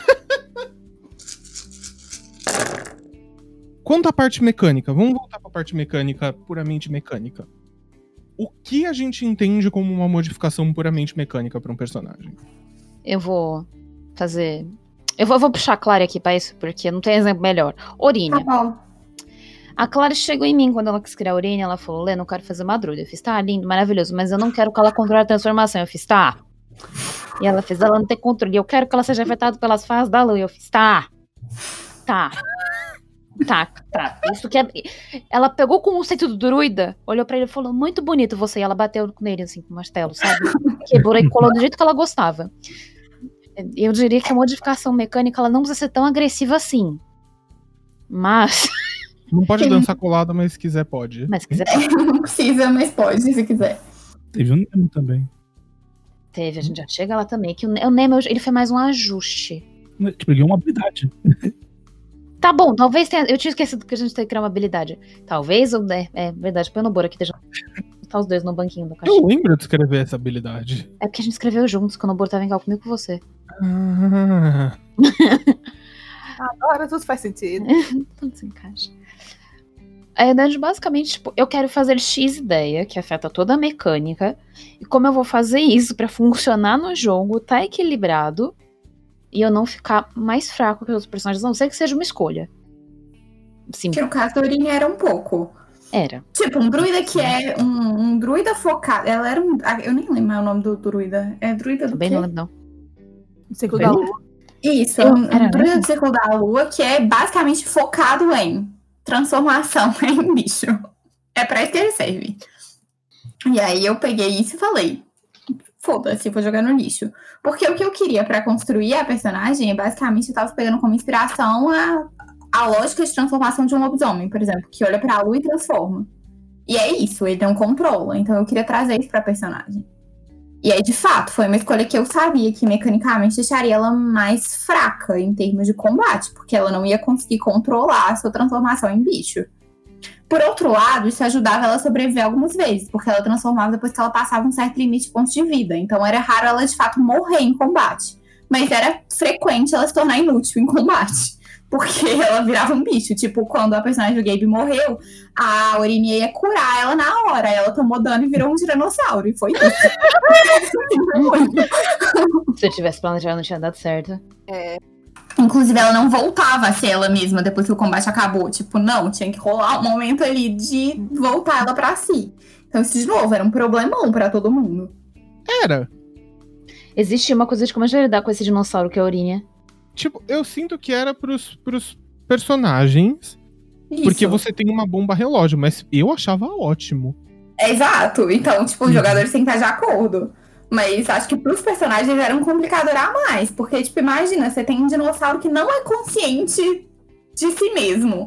Quanto à parte mecânica, vamos voltar pra parte mecânica, puramente mecânica. O que a gente entende como uma modificação puramente mecânica pra um personagem? Eu vou fazer... Eu vou, eu vou puxar a Clara aqui pra isso, porque não tem exemplo melhor. Tá Orine. bom. A Clara chegou em mim quando ela quis criar a Orine, ela falou, Lê, não quero fazer uma druida. Eu fiz, tá, lindo, maravilhoso, mas eu não quero que ela controle a transformação. Eu fiz, tá. E ela fez, ela não tem controle. Eu quero que ela seja afetada pelas fases da lua. Eu fiz, tá. Tá. Tá, tá. Isso que é... Ela pegou o conceito do druida, olhou pra ele e falou, muito bonito você. E ela bateu nele, assim, com o martelo, sabe? Quebrou e colou do jeito que ela gostava. Eu diria que a modificação mecânica, ela não precisa ser tão agressiva assim. Mas... Não pode Sim. dançar colada, mas se quiser pode. Mas se quiser... Não precisa, mas pode, se quiser. Teve um Nemo também. Teve, a gente já chega lá também. Que o, o Nemo, ele foi mais um ajuste. Tipo, ele ganhou uma habilidade. Tá bom, talvez tenha... Eu tinha esquecido que a gente tem que criar uma habilidade. Talvez, ou é, é verdade, põe no Boro aqui, deixa botar os dois no banquinho do Eu cachorro. lembro de escrever essa habilidade. É porque a gente escreveu juntos, quando o Boro tava em cal comigo com você. Ah, Agora tudo faz sentido. Tudo se encaixa. A verdade, basicamente, tipo, eu quero fazer X ideia, que afeta toda a mecânica, e como eu vou fazer isso pra funcionar no jogo, tá equilibrado, e eu não ficar mais fraco que os outros personagens, a não ser que seja uma escolha. Sim, Que no caso da Orine era um pouco. era. Tipo, um druida que é um, um druida focado. Ela era um. ah, Eu nem lembro mais o nome do druida. É druida do Também quê? não lembro, não. O ciclo Bem, da lua. Isso, Eu- um, era, um druida né? do Círculo da Lua que é basicamente focado em transformação em bicho. É pra isso que ele serve. E aí eu peguei isso e falei, foda-se, vou jogar no lixo. Porque o que eu queria pra construir a personagem é basicamente eu tava pegando como inspiração a, a lógica de transformação de um lobisomem, por exemplo, que olha pra lua e transforma. E é isso, ele não controla. Então eu queria trazer isso pra personagem. E aí, de fato, foi uma escolha que eu sabia que mecanicamente deixaria ela mais fraca em termos de combate, porque ela não ia conseguir controlar a sua transformação em bicho. Por outro lado, isso ajudava ela a sobreviver algumas vezes, porque ela transformava depois que ela passava um certo limite de pontos de vida. Então era raro ela, de fato, morrer em combate. Mas era frequente ela se tornar inútil em combate. Porque ela virava um bicho. Tipo, quando a personagem do Gabe morreu, a Orinia ia curar ela na hora. Ela tomou dano e virou um tiranossauro. E foi isso. Se eu tivesse planejado, não tinha dado certo. É. Inclusive, ela não voltava a ser ela mesma depois que o combate acabou. Tipo, não, tinha que rolar um momento ali de voltar ela pra si. Então, isso, de novo, era um problemão pra todo mundo. Era. Existe uma coisa de como a gente lidar com esse dinossauro que é a Orinia. Tipo, eu sinto que era pros, pros personagens, Isso. porque você tem uma bomba relógio, mas eu achava ótimo. É, exato. Então, tipo, os Uhum. jogadores têm que estar de acordo. Mas acho que pros personagens era um complicador a mais. Porque, tipo, imagina, você tem um dinossauro que não é consciente de si mesmo.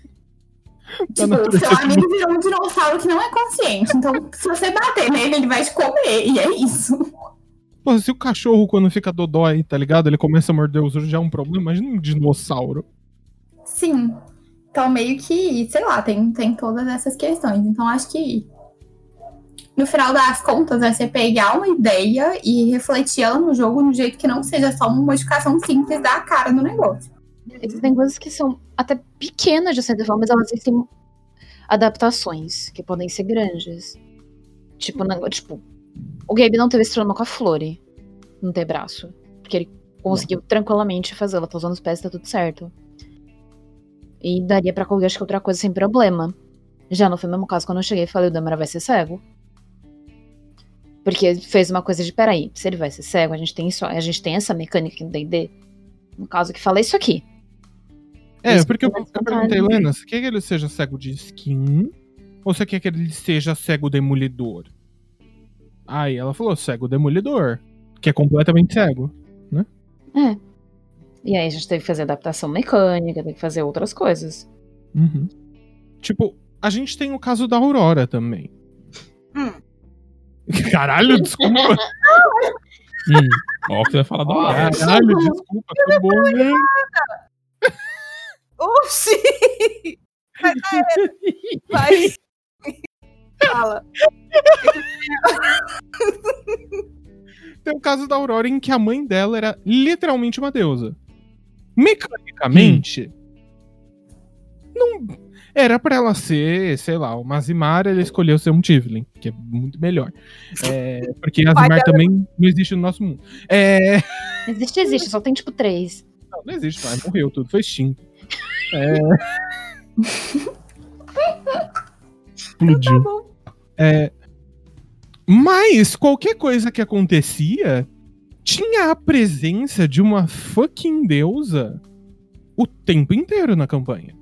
Tá Tipo, na o seu cabeça amigo virou um dinossauro que não é consciente. Então, se você bater nele, ele vai te comer. E é isso. Pô, se o cachorro, quando fica dodói, tá ligado? Ele começa a morder os outros, já é um problema. Imagina um dinossauro. Sim. Então, meio que, sei lá, tem, tem todas essas questões. Então, acho que no final das contas, é você pegar uma ideia e refletir ela no jogo de um jeito que não seja só uma modificação simples da cara do negócio. Existem coisas que são até pequenas de certa forma, mas elas existem adaptações que podem ser grandes. Tipo, na- tipo o Gabe não teve esse problema com a Flore, não ter braço. Porque ele conseguiu tranquilamente fazer, ela tá usando os pés e tá tudo certo. E daria pra colocar, acho que outra coisa sem problema. Já não foi o mesmo caso quando eu cheguei e falei, o Damara vai ser cego. Porque fez uma coisa de, peraí, se ele vai ser cego, a gente tem isso, a gente tem essa mecânica aqui no D and D. No caso que fala isso aqui. É, Isso porque eu, é uma eu perguntei, vantagem. Helena, você quer que ele seja cego de skin? Ou você quer que ele seja cego demolidor? Aí ela falou, cego demolidor. Que é completamente cego. É. E aí a gente teve que fazer adaptação mecânica, teve que fazer outras coisas. Uhum. Tipo, a gente tem o caso da Aurora também. Hum. Caralho, desculpa. Hum, ó, que você vai falar da hora. Caralho, desculpa, foi bom, né? Oxi! Vai, vai. Fala. Tem o caso da Aurora em que a mãe dela era literalmente uma deusa. Mecanicamente, não era pra ela ser, sei lá, uma Azimar, ela escolheu ser um Tiflin, que é muito melhor. É, porque a Vai Azimar dela- também não existe no nosso mundo. É, Existe, existe, só tem tipo três. não, não existe mais, morreu tudo, foi extinto. É, Explodiu. é, mas qualquer coisa que acontecia tinha a presença de uma fucking deusa o tempo inteiro na campanha.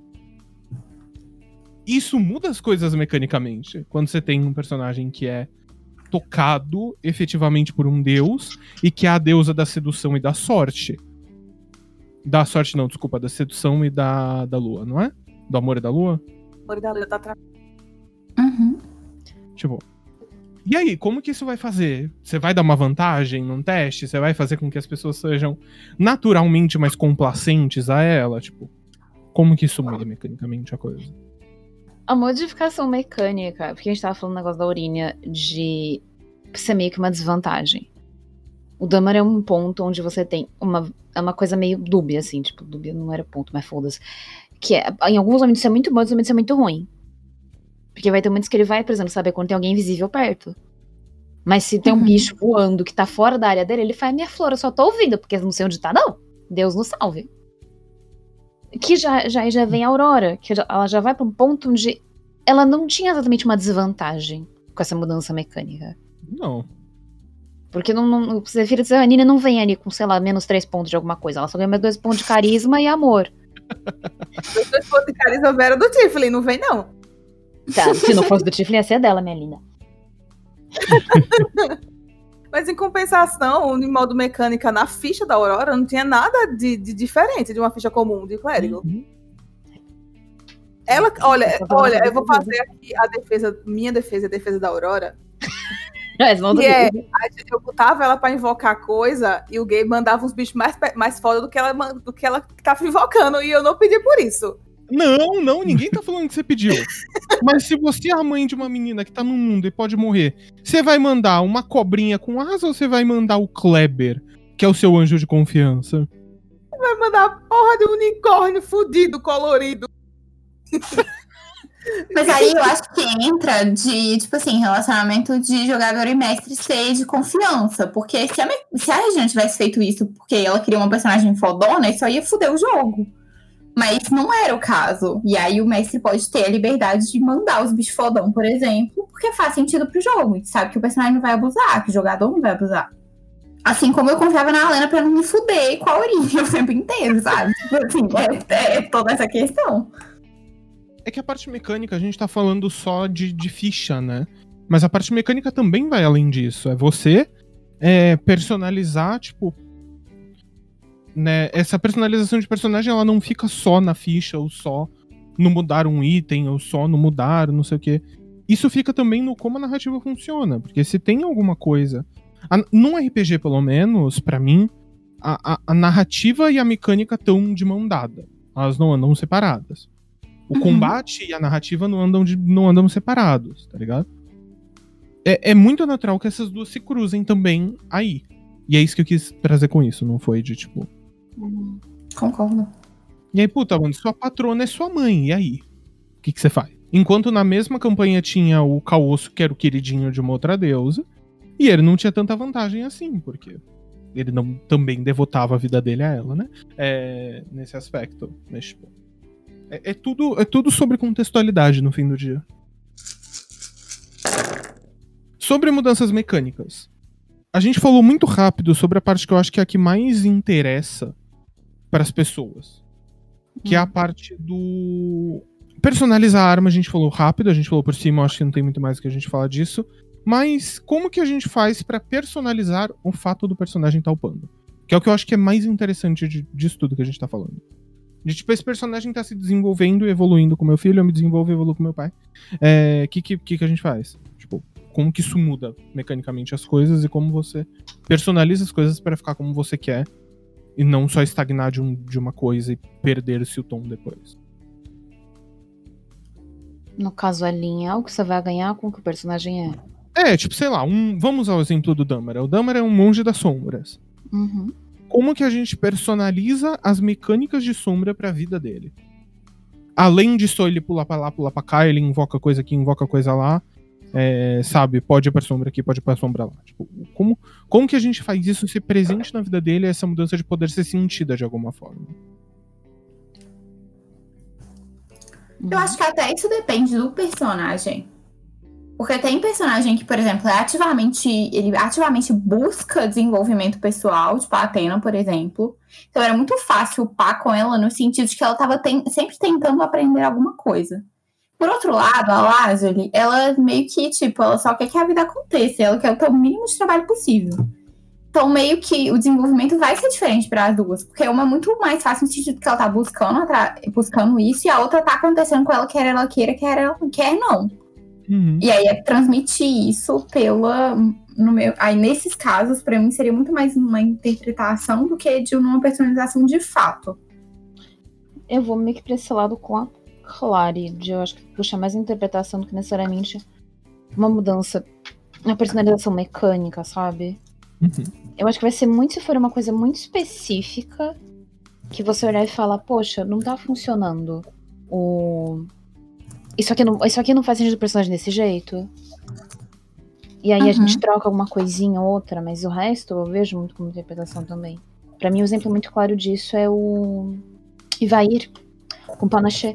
Isso muda as coisas mecanicamente. Quando você tem um personagem que é tocado efetivamente por um deus e que é a deusa da sedução e da sorte. Da sorte não, desculpa, da sedução e da, da lua, não é? Do amor e da lua? O da Lua tá tra... Uhum. Tipo, e aí, como que isso vai fazer? Você vai dar uma vantagem num teste? Você vai fazer com que as pessoas sejam naturalmente mais complacentes a ela? Tipo, como que isso muda mecanicamente a coisa? A modificação mecânica, porque a gente tava falando do negócio da Orinia de ser meio que uma desvantagem. O Damar é um ponto onde você tem uma, é uma coisa meio dúbia, assim, tipo, dúbia não era ponto, mas foda-se. Que é, em alguns momentos isso é muito bom, em outros momentos isso é muito ruim. Porque vai ter momentos que ele vai, por exemplo, saber quando tem alguém invisível perto. Mas se tem um Uhum. bicho voando que tá fora da área dele, ele faz, minha flor, eu só tô ouvindo, porque eu não sei onde tá, não. Deus nos salve. Que já, já, já vem a Aurora, que já- ela já vai pra um ponto onde ela não tinha exatamente uma desvantagem com essa mudança mecânica. Não. Porque não, não, você vira dizer, a Nina não vem ali com, sei lá, menos três pontos de alguma coisa. Ela só ganha mais dois pontos de carisma e amor. Os dois pontos de carisma Vera do Tiflin, não vem não. Tá, se não fosse do Tiflin, ia ser dela, minha linda. Mas em compensação, no modo mecânica, na ficha da Aurora, não tinha nada de, de diferente de uma ficha comum de clérigo. Uhum. Ela, olha, olha, eu vou fazer aqui a defesa, minha defesa e a defesa da Aurora. Mas não Que do é, a gente- eu botava ela pra invocar coisa e o game mandava uns bichos mais, pe- mais foda do que ela man- do que ela tava invocando. E eu não pedi por isso. Não, não, ninguém tá falando que você pediu. Mas se você é a mãe de uma menina que tá no mundo e pode morrer, você vai mandar uma cobrinha com asa ou você vai mandar o Kleber, que é o seu anjo de confiança? Vai mandar a porra de um unicórnio fudido, colorido. Mas aí eu acho que entra de, tipo assim, relacionamento de jogador e mestre ser de confiança. Porque se a, se a Regina tivesse feito isso porque ela queria uma personagem fodona, isso aí ia foder o jogo. Mas não era o caso. E aí o mestre pode ter a liberdade de mandar os bichos fodão, por exemplo, porque faz sentido pro jogo. E sabe que o personagem não vai abusar, que o jogador não vai abusar. Assim como eu confiava na Alena pra não me fuder com a Aurília o tempo inteiro, sabe? Tipo assim, é, é toda essa questão. É que a parte mecânica, a gente tá falando só de, de ficha, né? Mas a parte mecânica também vai além disso. É você é, personalizar, tipo... Né, essa personalização de personagem, ela não fica só na ficha, ou só no mudar um item, ou só no mudar, não sei o quê. Isso fica também no como a narrativa funciona. Porque se tem alguma coisa... A, num R P G, pelo menos, pra mim, a, a, a narrativa e a mecânica estão de mão dada. Elas não andam separadas. O uhum. combate e a narrativa não andam, de, não andam separados, tá ligado? É, é muito natural que essas duas se cruzem também aí. E é isso que eu quis trazer com isso, não foi de tipo... Uhum. Concordo. E aí, puta, mano, sua patrona é sua mãe, e aí? O que que você faz? Enquanto na mesma campanha tinha o Caosso, que era o queridinho de uma outra deusa, e ele não tinha tanta vantagem assim, porque ele não também devotava a vida dele a ela, né? É, nesse aspecto. Mas, tipo... É, é, tudo, é tudo sobre contextualidade no fim do dia. Sobre mudanças mecânicas. A gente falou muito rápido sobre a parte que eu acho que é a que mais interessa para as pessoas. Que hum. é a parte do... Personalizar a arma, a gente falou rápido, a gente falou por cima, eu acho que não tem muito mais que a gente falar disso. Mas como que a gente faz para personalizar o fato do personagem estar upando? Que é o que eu acho que é mais interessante de, disso tudo que a gente tá falando. De tipo, esse personagem tá se desenvolvendo e evoluindo com meu filho, eu me desenvolvo e evoluo com meu pai. É, que, que, que a gente faz? Tipo, como que isso muda mecanicamente as coisas e como você personaliza as coisas pra ficar como você quer e não só estagnar de, um, de uma coisa e perder-se o tom depois. No caso, alinhar o que você vai ganhar com o que o personagem é. É, tipo, sei lá, um, vamos ao exemplo do Dâmara. O Dâmara é um monge das sombras. Uhum. Como que a gente personaliza as mecânicas de sombra pra vida dele? Além de só ele pular pra lá, pular pra cá, ele invoca coisa aqui, invoca coisa lá, é, sabe, pode ir pra sombra aqui, pode ir pra sombra lá. Tipo, como, como que a gente faz isso ser presente na vida dele, essa mudança de poder ser sentida de alguma forma? Eu acho que até isso depende do personagem. Porque tem personagem que, por exemplo, é ativamente, ele ativamente busca desenvolvimento pessoal, tipo a Athena, por exemplo. Então era muito fácil upar com ela no sentido de que ela estava ten- sempre tentando aprender alguma coisa. Por outro lado, a Lazuli, ela meio que, tipo, ela só quer que a vida aconteça, ela quer o mínimo de trabalho possível. Então meio que o desenvolvimento vai ser diferente para as duas, porque uma é muito mais fácil no sentido que ela tá buscando, atra- buscando isso, e a outra tá acontecendo com ela, quer ela queira, quer ela quer não. Uhum. E aí é transmitir isso pela... No meu, aí nesses casos, pra mim, seria muito mais uma interpretação do que de uma personalização de fato. Eu vou meio que pra esse lado com a Clary, de eu acho que puxa mais a interpretação do que necessariamente uma mudança, uma personalização mecânica, sabe? Uhum. Eu acho que vai ser muito se for uma coisa muito específica que você olhar e falar, poxa, não tá funcionando o... Isso aqui, não, isso aqui não faz sentido do personagem desse jeito. E aí uhum. a gente troca alguma coisinha ou outra, mas o resto eu vejo muito como interpretação também. Pra mim, um exemplo muito claro disso é o Ivair, com Panaché.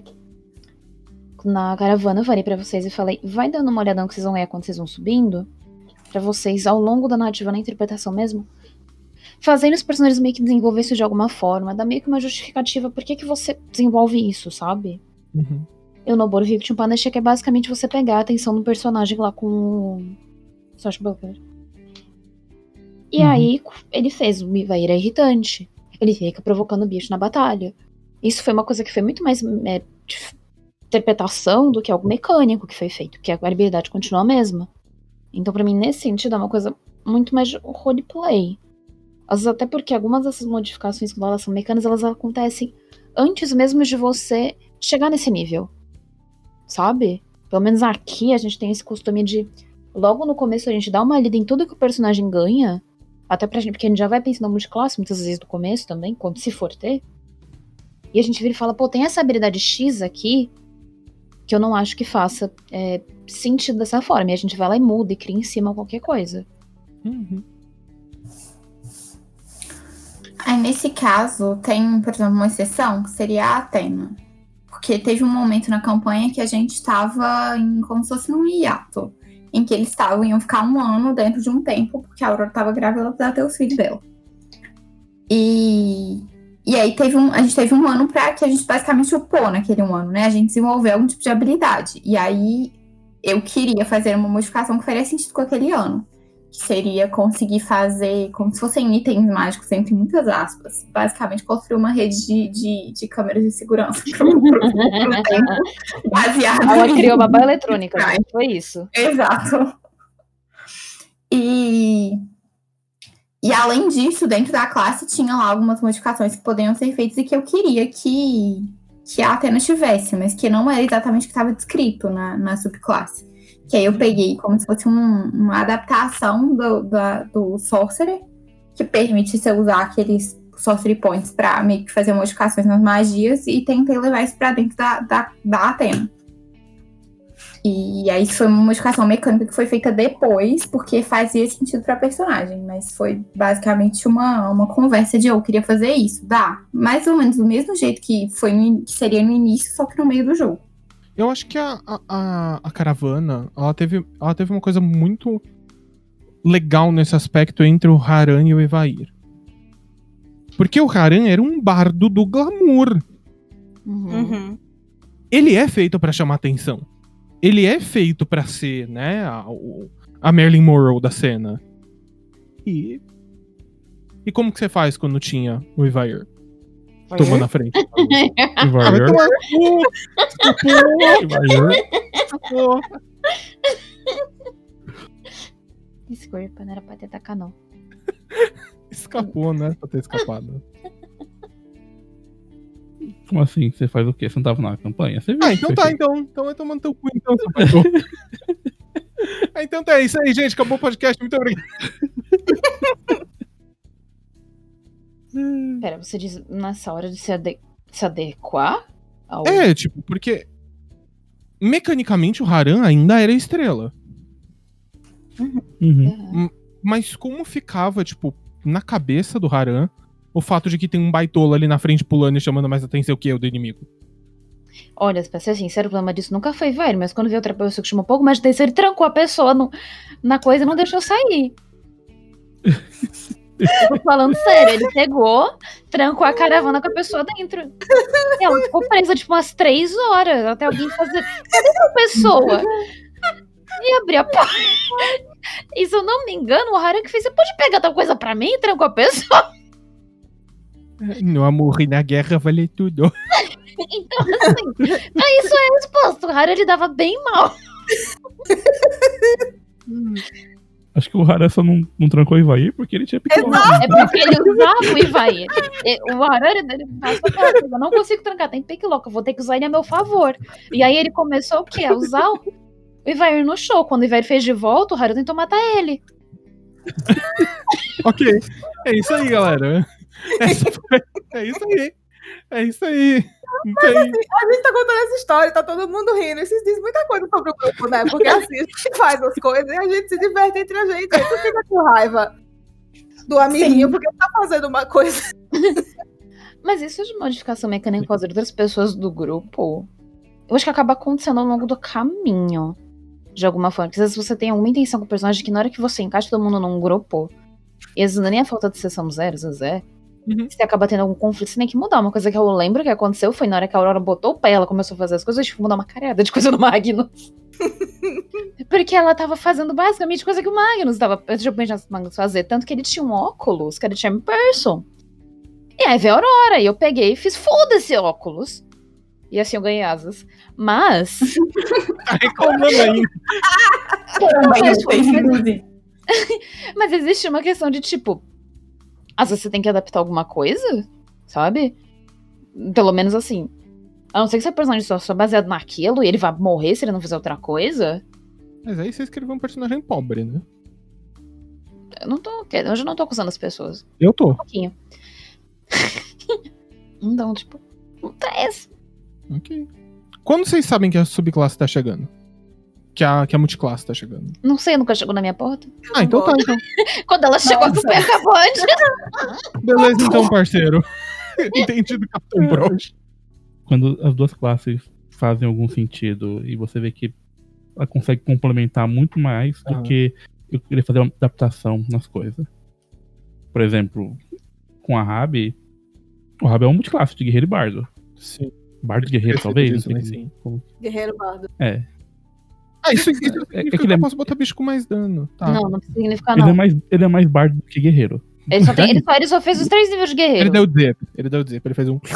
Na caravana, eu falei pra vocês e falei, vai dando uma olhada no que vocês vão ganhar quando vocês vão subindo, pra vocês, ao longo da narrativa, na interpretação mesmo, fazendo os personagens meio que desenvolver isso de alguma forma, dá meio que uma justificativa por que que você desenvolve isso, sabe? Uhum. Eu no Boro Victim Panaché, que é basicamente você pegar a atenção do personagem lá com o Sash Booker. E uhum. aí, ele fez o Ivair é irritante. Ele fica provocando o bicho na batalha. Isso foi uma coisa que foi muito mais é, interpretação do que algo mecânico que foi feito, que a habilidade continua a mesma. Então, pra mim, nesse sentido, é uma coisa muito mais de roleplay. Às vezes até porque algumas dessas modificações, quando elas são mecânicas, elas acontecem antes mesmo de você chegar nesse nível, sabe? Pelo menos aqui a gente tem esse costume de, logo no começo, a gente dá uma lida em tudo que o personagem ganha, até pra gente, porque a gente já vai pensando no multiclasse muitas vezes do começo também, quando se for ter, e a gente vira e fala, pô, tem essa habilidade X aqui, que eu não acho que faça é, sentido dessa forma, e a gente vai lá e muda e cria em cima qualquer coisa. Uhum. Aí, nesse caso, tem, por exemplo, uma exceção, que seria a Athena. Porque teve um momento na campanha que a gente estava em, como se fosse num hiato, em que eles estavam, iam ficar um ano dentro de um tempo, porque a Aurora estava grávida e ela precisava ter os filhos dela. E, e aí teve um, a gente teve um ano para que a gente basicamente upou naquele um ano, né? A gente desenvolveu algum tipo de habilidade. E aí eu queria fazer uma modificação que faria sentido com aquele ano. Que seria conseguir fazer, como se fossem itens mágicos, entre muitas aspas. Basicamente, construir uma rede de, de, de câmeras de segurança pro, pro, pro tempo, baseado Ela em... criou uma babá eletrônica, né? Foi isso. Exato. E, e além disso, dentro da classe, tinha lá algumas modificações que poderiam ser feitas e que eu queria que, que a Athena tivesse, mas que não era exatamente o que estava descrito na, na subclasse. Que aí eu peguei como se fosse um, uma adaptação do, da, do Sorcerer, que permite você usar aqueles Sorcery Points pra meio que fazer modificações nas magias, e tentei levar isso pra dentro da, da, da Athena. E aí isso foi uma modificação mecânica que foi feita depois, porque fazia sentido pra personagem, mas foi basicamente uma, uma conversa de eu queria fazer isso, dá. Mais ou menos do mesmo jeito que, foi no, que seria no início, só que no meio do jogo. Eu acho que a, a, a caravana, ela teve, ela teve uma coisa muito legal nesse aspecto entre o Haran e o Evair. Porque o Haran era um bardo do glamour. Uhum. Uhum. Ele é feito pra chamar atenção. Ele é feito pra ser, né, a, a Marilyn Monroe da cena. E... E como que você faz quando tinha o Evair? Tomou na frente. E vai, Ah, vai tomar cu! e vai, Desculpa, não era pra te atacar, não. Escapou, né? Pra ter escapado. Como assim? Você faz o quê? Você não tava na campanha? Você viu Ah, que então você tá, fez? então. Então vai tomando teu cu, então, seu cachorro. Ah, então tá, é isso aí, gente. Acabou o podcast. Muito obrigado. Pera, você diz nessa hora de se, ade- se adequar ao... É, tipo, porque mecanicamente o Haran ainda era estrela. Uhum. Mas como ficava, tipo, na cabeça do Haran o fato de que tem um baitola ali na frente pulando e chamando mais atenção que eu do inimigo? Olha, pra ser sincero, o problema disso nunca foi velho, mas quando veio outra pessoa que chamou um pouco mais de atenção, ele trancou a pessoa no- na coisa e não deixou sair. Eu tô falando sério, ele pegou, trancou a caravana com a pessoa dentro. E ela ficou presa, tipo, umas três horas, até alguém fazer... Cadê essa pessoa? E abrir a porta. E se eu não me engano, o Haran que fez, você pode pegar tal coisa pra mim? E trancou a pessoa. No amor e na guerra vale tudo. Então, assim, pra isso é exposto. O Haran, ele dava bem mal. Acho que o Haran só não, não trancou o Ivair porque ele tinha pequeno. É porque ele usava o Ivair. O Haran, ele faz aquela coisa, eu não consigo trancar, tem pique louco, eu vou ter que usar ele a meu favor. E aí ele começou o quê? A usar o Ivair no show. Quando o Ivair fez de volta, o Haran tentou matar ele. Ok. É isso aí, galera. Essa foi... É isso aí. É isso aí. Não tem... A gente tá contando essa história, tá todo mundo rindo. Isso diz muita coisa sobre o grupo, né? Porque assim, a gente faz as coisas e a gente se diverte entre a gente. Aí tu fica com raiva do amiguinho, Sim. porque tá fazendo uma coisa. Mas isso de modificação mecânica com as outras pessoas do grupo, eu acho que acaba acontecendo ao longo do caminho. De alguma forma. Porque às vezes você tem alguma intenção com o personagem que na hora que você encaixa todo mundo num grupo, e às vezes não é nem a falta de sessão zero, às vezes é. Uhum. Você acaba tendo algum conflito, você tem que mudar. Uma coisa que eu lembro que aconteceu foi na hora que a Aurora botou o pé, ela começou a fazer as coisas, eu tive que mudar uma carada de coisa no Magnus. Porque ela tava fazendo basicamente coisa que o Magnus tava tentando fazer. Tanto que ele tinha um óculos, que era Charm Person. E aí veio a Aurora, e eu peguei e fiz foda-se óculos. E assim eu ganhei asas. Mas. Tá reclamando ainda. Também Mas, eu fiz, inclusive. Mas existe uma questão de tipo. Às vezes você tem que adaptar alguma coisa, sabe? Pelo menos assim. A não ser que seu personagem só, só baseado naquilo e ele vai morrer se ele não fizer outra coisa. Mas aí você escreveu um personagem pobre, né? Eu não tô. Hoje eu não tô acusando as pessoas. Eu tô. Um pouquinho. Então, tipo, um três. Ok. Quando vocês sabem que a subclasse tá chegando? Que a, que a multiclasse tá chegando? Não sei, nunca chegou na minha porta. Ah, então tá, então. Quando ela chegou, tu foi acabou antes. Beleza, então, parceiro. Entendido, Capitão Broad. Quando as duas classes fazem algum sentido e você vê que ela consegue complementar muito mais do Aham. que eu queria fazer uma adaptação nas coisas. Por exemplo, com a Rabi, o Rabi é uma multiclasse de guerreiro e bardo. Sim. Bardo e guerreiro, Percebi talvez? disso, não mas sei sim. como- Guerreiro bardo. É. Ah, isso, isso significa É- é que, que ele eu é- posso botar bicho com mais dano. Tá. Não, não significa Ele, não. é mais, ele é mais bardo do que guerreiro. Ele só, tem, ele, só, ele só fez os três níveis de guerreiro. Ele deu o zip. Ele deu o zip. Ele fez um...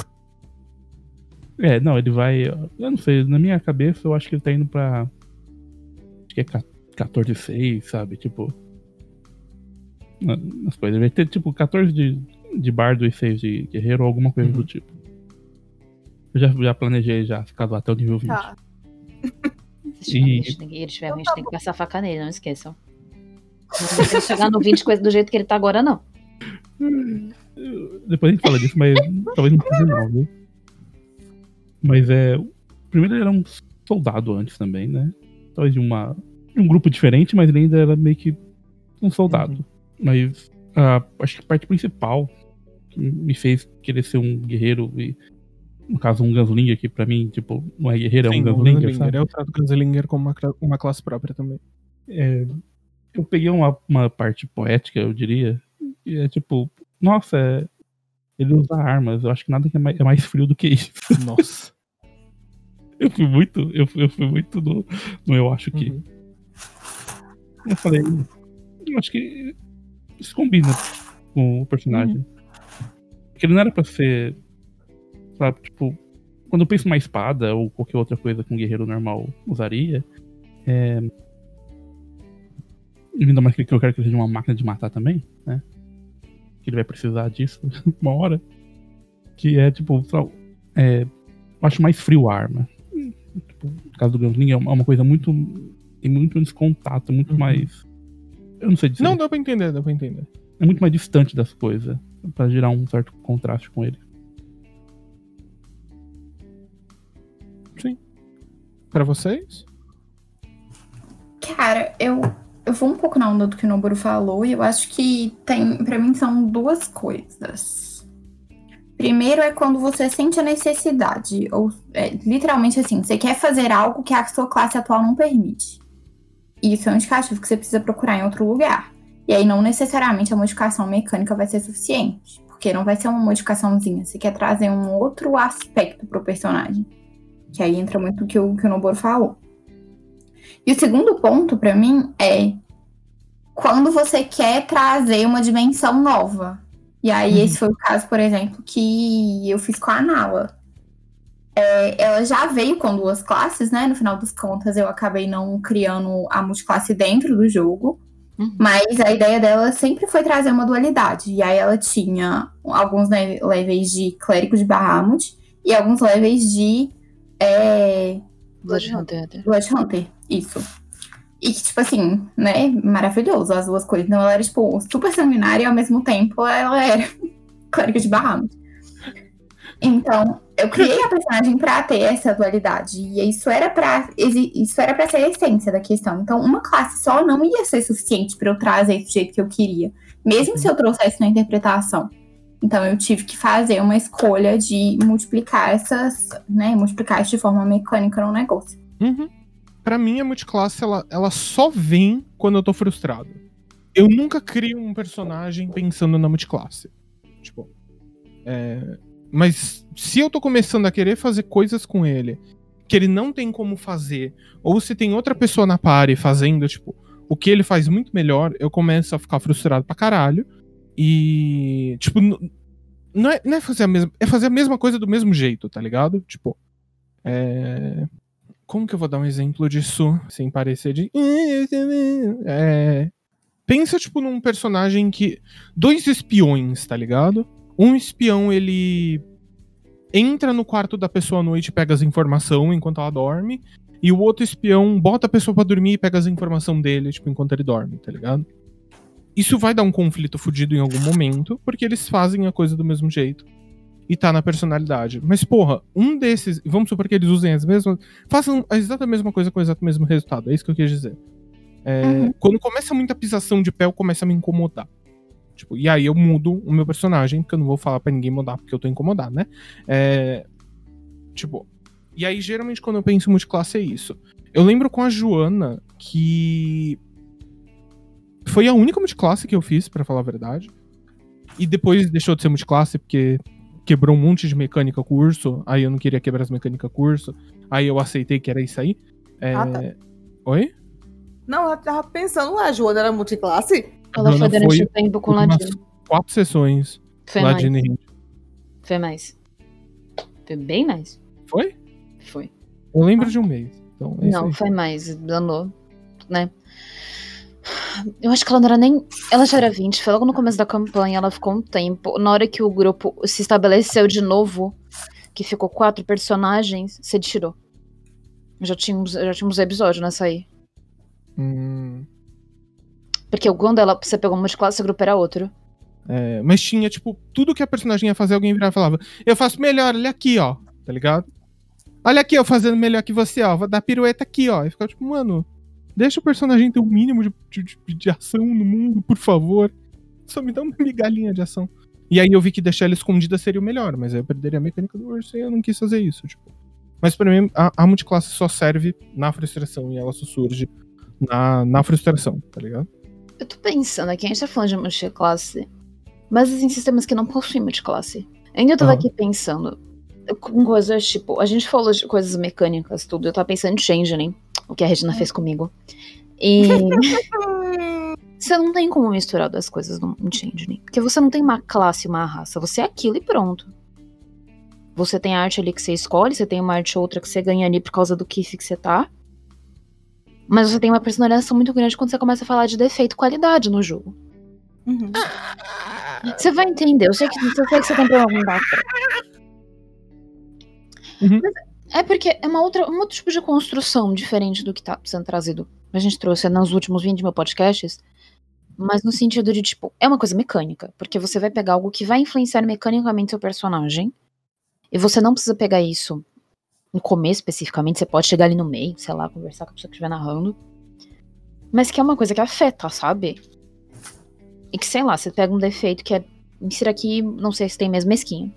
É, não, ele vai. Eu não sei, na minha cabeça eu acho que ele tá indo pra. Acho que é quatorze e seis, sabe? Tipo. na- Nas coisas. Ele vai ter tipo quatorze de, de bardo e seis de guerreiro ou alguma coisa Uhum. do tipo. Eu já, já planejei já ficar até o nível vinte. Tá. Se tiver- E- se ele tiver ruim, a gente tem que passar a faca nele, não esqueçam. Não deixa ele chegar no vinte coisa do jeito que ele tá agora, não. Eu- Depois a gente fala disso, mas talvez não precise não, viu? Mas é. Primeiro ele era um soldado antes também, né? Talvez de uma. de um grupo diferente, mas ele ainda era meio que um soldado. Uhum. Mas a, acho que a parte principal que me fez querer ser um guerreiro e. No caso, um Gunslinger, que pra mim, tipo, não é guerreiro, é um Sim, Gunslinger, sabe? Eu trato o Gunslinger como uma, cla- uma classe própria também. É, eu peguei uma, uma parte poética, eu diria, e é tipo, nossa, é, ele usa armas, eu acho que nada que é mais, é mais frio do que isso. Nossa. Eu fui muito, eu fui, eu fui muito no, no eu acho que. Uhum. Eu falei, eu acho que isso combina com o personagem. Porque ele não era pra ser, sabe, tipo, quando eu penso numa espada ou qualquer outra coisa que um guerreiro normal usaria, é... ainda mais que eu quero que ele seja uma máquina de matar também, né? Que ele vai precisar disso uma hora. Que é, tipo, só, é, eu acho mais frio a arma. Tipo, no caso do Gunslinger, é uma uma coisa muito. Tem muito menos contato, muito Uhum. mais. Eu não sei dizer. Não, deu pra entender, deu pra entender. É muito mais distante das coisas. Pra gerar um certo contraste com ele. Sim. Pra vocês? Cara, eu, eu vou um pouco na onda do que o Noboru falou e eu acho que tem, pra mim são duas coisas. Primeiro é quando você sente a necessidade, ou é, literalmente assim, você quer fazer algo que a sua classe atual não permite. Isso é um indicativo que você precisa procurar em outro lugar. E aí não necessariamente a modificação mecânica vai ser suficiente, porque não vai ser uma modificaçãozinha, você quer trazer um outro aspecto pro personagem. Que aí entra muito o que o, que o Noboru falou. E o segundo ponto, pra mim, é quando você quer trazer uma dimensão nova. E aí, Uhum. esse foi o caso, por exemplo, que eu fiz com a Nala. É, ela já veio com duas classes, né? No final das contas, eu acabei não criando a multiclasse dentro do jogo. Uhum. Mas a ideia dela sempre foi trazer uma dualidade. E aí, ela tinha alguns ne- levels de clérigo de Bahamut e alguns levels de é, Blood Hunter. Blood Hunter, isso. E que, tipo assim, né, maravilhoso as duas coisas. Então ela era, tipo, super sanguinária e ao mesmo tempo ela era clérigo de Bahamut. Então, eu criei a personagem pra ter essa dualidade. E isso era pra, exi- isso era pra ser a essência da questão. Então, uma classe só não ia ser suficiente pra eu trazer do jeito que eu queria. Mesmo se eu trouxesse na interpretação. Então, eu tive que fazer uma escolha de multiplicar essas, né, multiplicar isso de forma mecânica no negócio. Uhum. Pra mim, a multiclasse, ela, ela só vem quando eu tô frustrado. Eu nunca crio um personagem pensando na multiclasse. Tipo, é... Mas se eu tô começando a querer fazer coisas com ele que ele não tem como fazer, ou se tem outra pessoa na party fazendo, tipo, o que ele faz muito melhor, eu começo a ficar frustrado pra caralho. E, tipo, n- não é, não é fazer a mesma, é fazer a mesma coisa do mesmo jeito, tá ligado? Tipo, é... Como que eu vou dar um exemplo disso sem parecer de... É... Pensa, tipo, num personagem que... Dois espiões, tá ligado? Um espião, ele... entra no quarto da pessoa à noite e pega as informações enquanto ela dorme, e o outro espião bota a pessoa pra dormir e pega as informações dele, tipo, enquanto ele dorme, tá ligado? Isso vai dar um conflito fudido em algum momento, porque eles fazem a coisa do mesmo jeito. E tá na personalidade. Mas, porra, um desses... Vamos supor que eles usem as mesmas... Façam a exata mesma coisa com o exato mesmo resultado. É isso que eu quis dizer. É, uhum. Quando começa muita pisação de pé, eu começo a me incomodar. Tipo, e aí eu mudo o meu personagem, porque eu não vou falar pra ninguém mudar, porque eu tô incomodado, né? É, tipo... E aí, geralmente, quando eu penso em multiclasse, é isso. Eu lembro com a Joana que... Foi a única multiclasse que eu fiz, pra falar a verdade. E depois deixou de ser multiclasse, porque... quebrou um monte de mecânica curso, aí eu não queria quebrar as mecânicas curso, aí eu aceitei que era isso aí. É... Ah, tá. Oi? Não, eu tava pensando, a Joana era multiclasse? Ela foi durante o tempo com Ladino. Quatro sessões. Foi Ladino mais. e Hint. Foi mais. Foi bem mais. Foi? Foi. Eu lembro ah. de um mês. Então é não, foi mais. Danou, né? Eu acho que ela não era nem... Ela já era vinte, foi logo no começo da campanha, ela ficou um tempo. Na hora que o grupo se estabeleceu de novo, que ficou quatro personagens, você tirou. Já tínhamos, já tínhamos episódio nessa aí. Hum. Porque quando ela, você pegou uma multiclasse, o grupo era outro. É, mas tinha, tipo, tudo que a personagem ia fazer, alguém virava e falava, eu faço melhor, olha aqui, ó, tá ligado? Olha aqui, eu fazendo melhor que você, ó, vou dar pirueta aqui, ó. E ficava tipo, mano... Deixa o personagem ter o um mínimo de, de, de ação no mundo, por favor. Só me dá uma migalhinha de ação. E aí eu vi que deixar ela escondida seria o melhor, mas aí eu perderia a mecânica do urso e eu não quis fazer isso, tipo. Mas pra mim, a, a multiclasse só serve na frustração e ela só surge na, na frustração, tá ligado? Eu tô pensando aqui, a gente tá falando de multiclasse, mas em sistemas que não possuem multiclasse. Ainda eu tava uhum. aqui pensando com coisas tipo, a gente falou de coisas mecânicas, tudo, eu tava pensando em Changeling, o que a Regina fez comigo. E você não tem como misturar duas coisas no Changeling. Porque você não tem uma classe e uma raça. Você é aquilo e pronto. Você tem a arte ali que você escolhe, você tem uma arte outra que você ganha ali por causa do Kiff que você tá. Mas você tem uma personalização muito grande quando você começa a falar de defeito e qualidade no jogo. Uhum. Você vai entender. Eu sei que, eu sei que você tem problema com data. Uhum. Mas é porque é uma outra, um outro tipo de construção diferente do que tá sendo trazido. A gente trouxe nos últimos vinte mil podcasts, mas no sentido de, tipo, é uma coisa mecânica, porque você vai pegar algo que vai influenciar mecanicamente seu personagem, e você não precisa pegar isso no começo especificamente, você pode chegar ali no meio, sei lá, conversar com a pessoa que estiver narrando, mas que é uma coisa que afeta, sabe? E que, sei lá, você pega um defeito que é, insira aqui, não sei se tem mesmo mesquinho.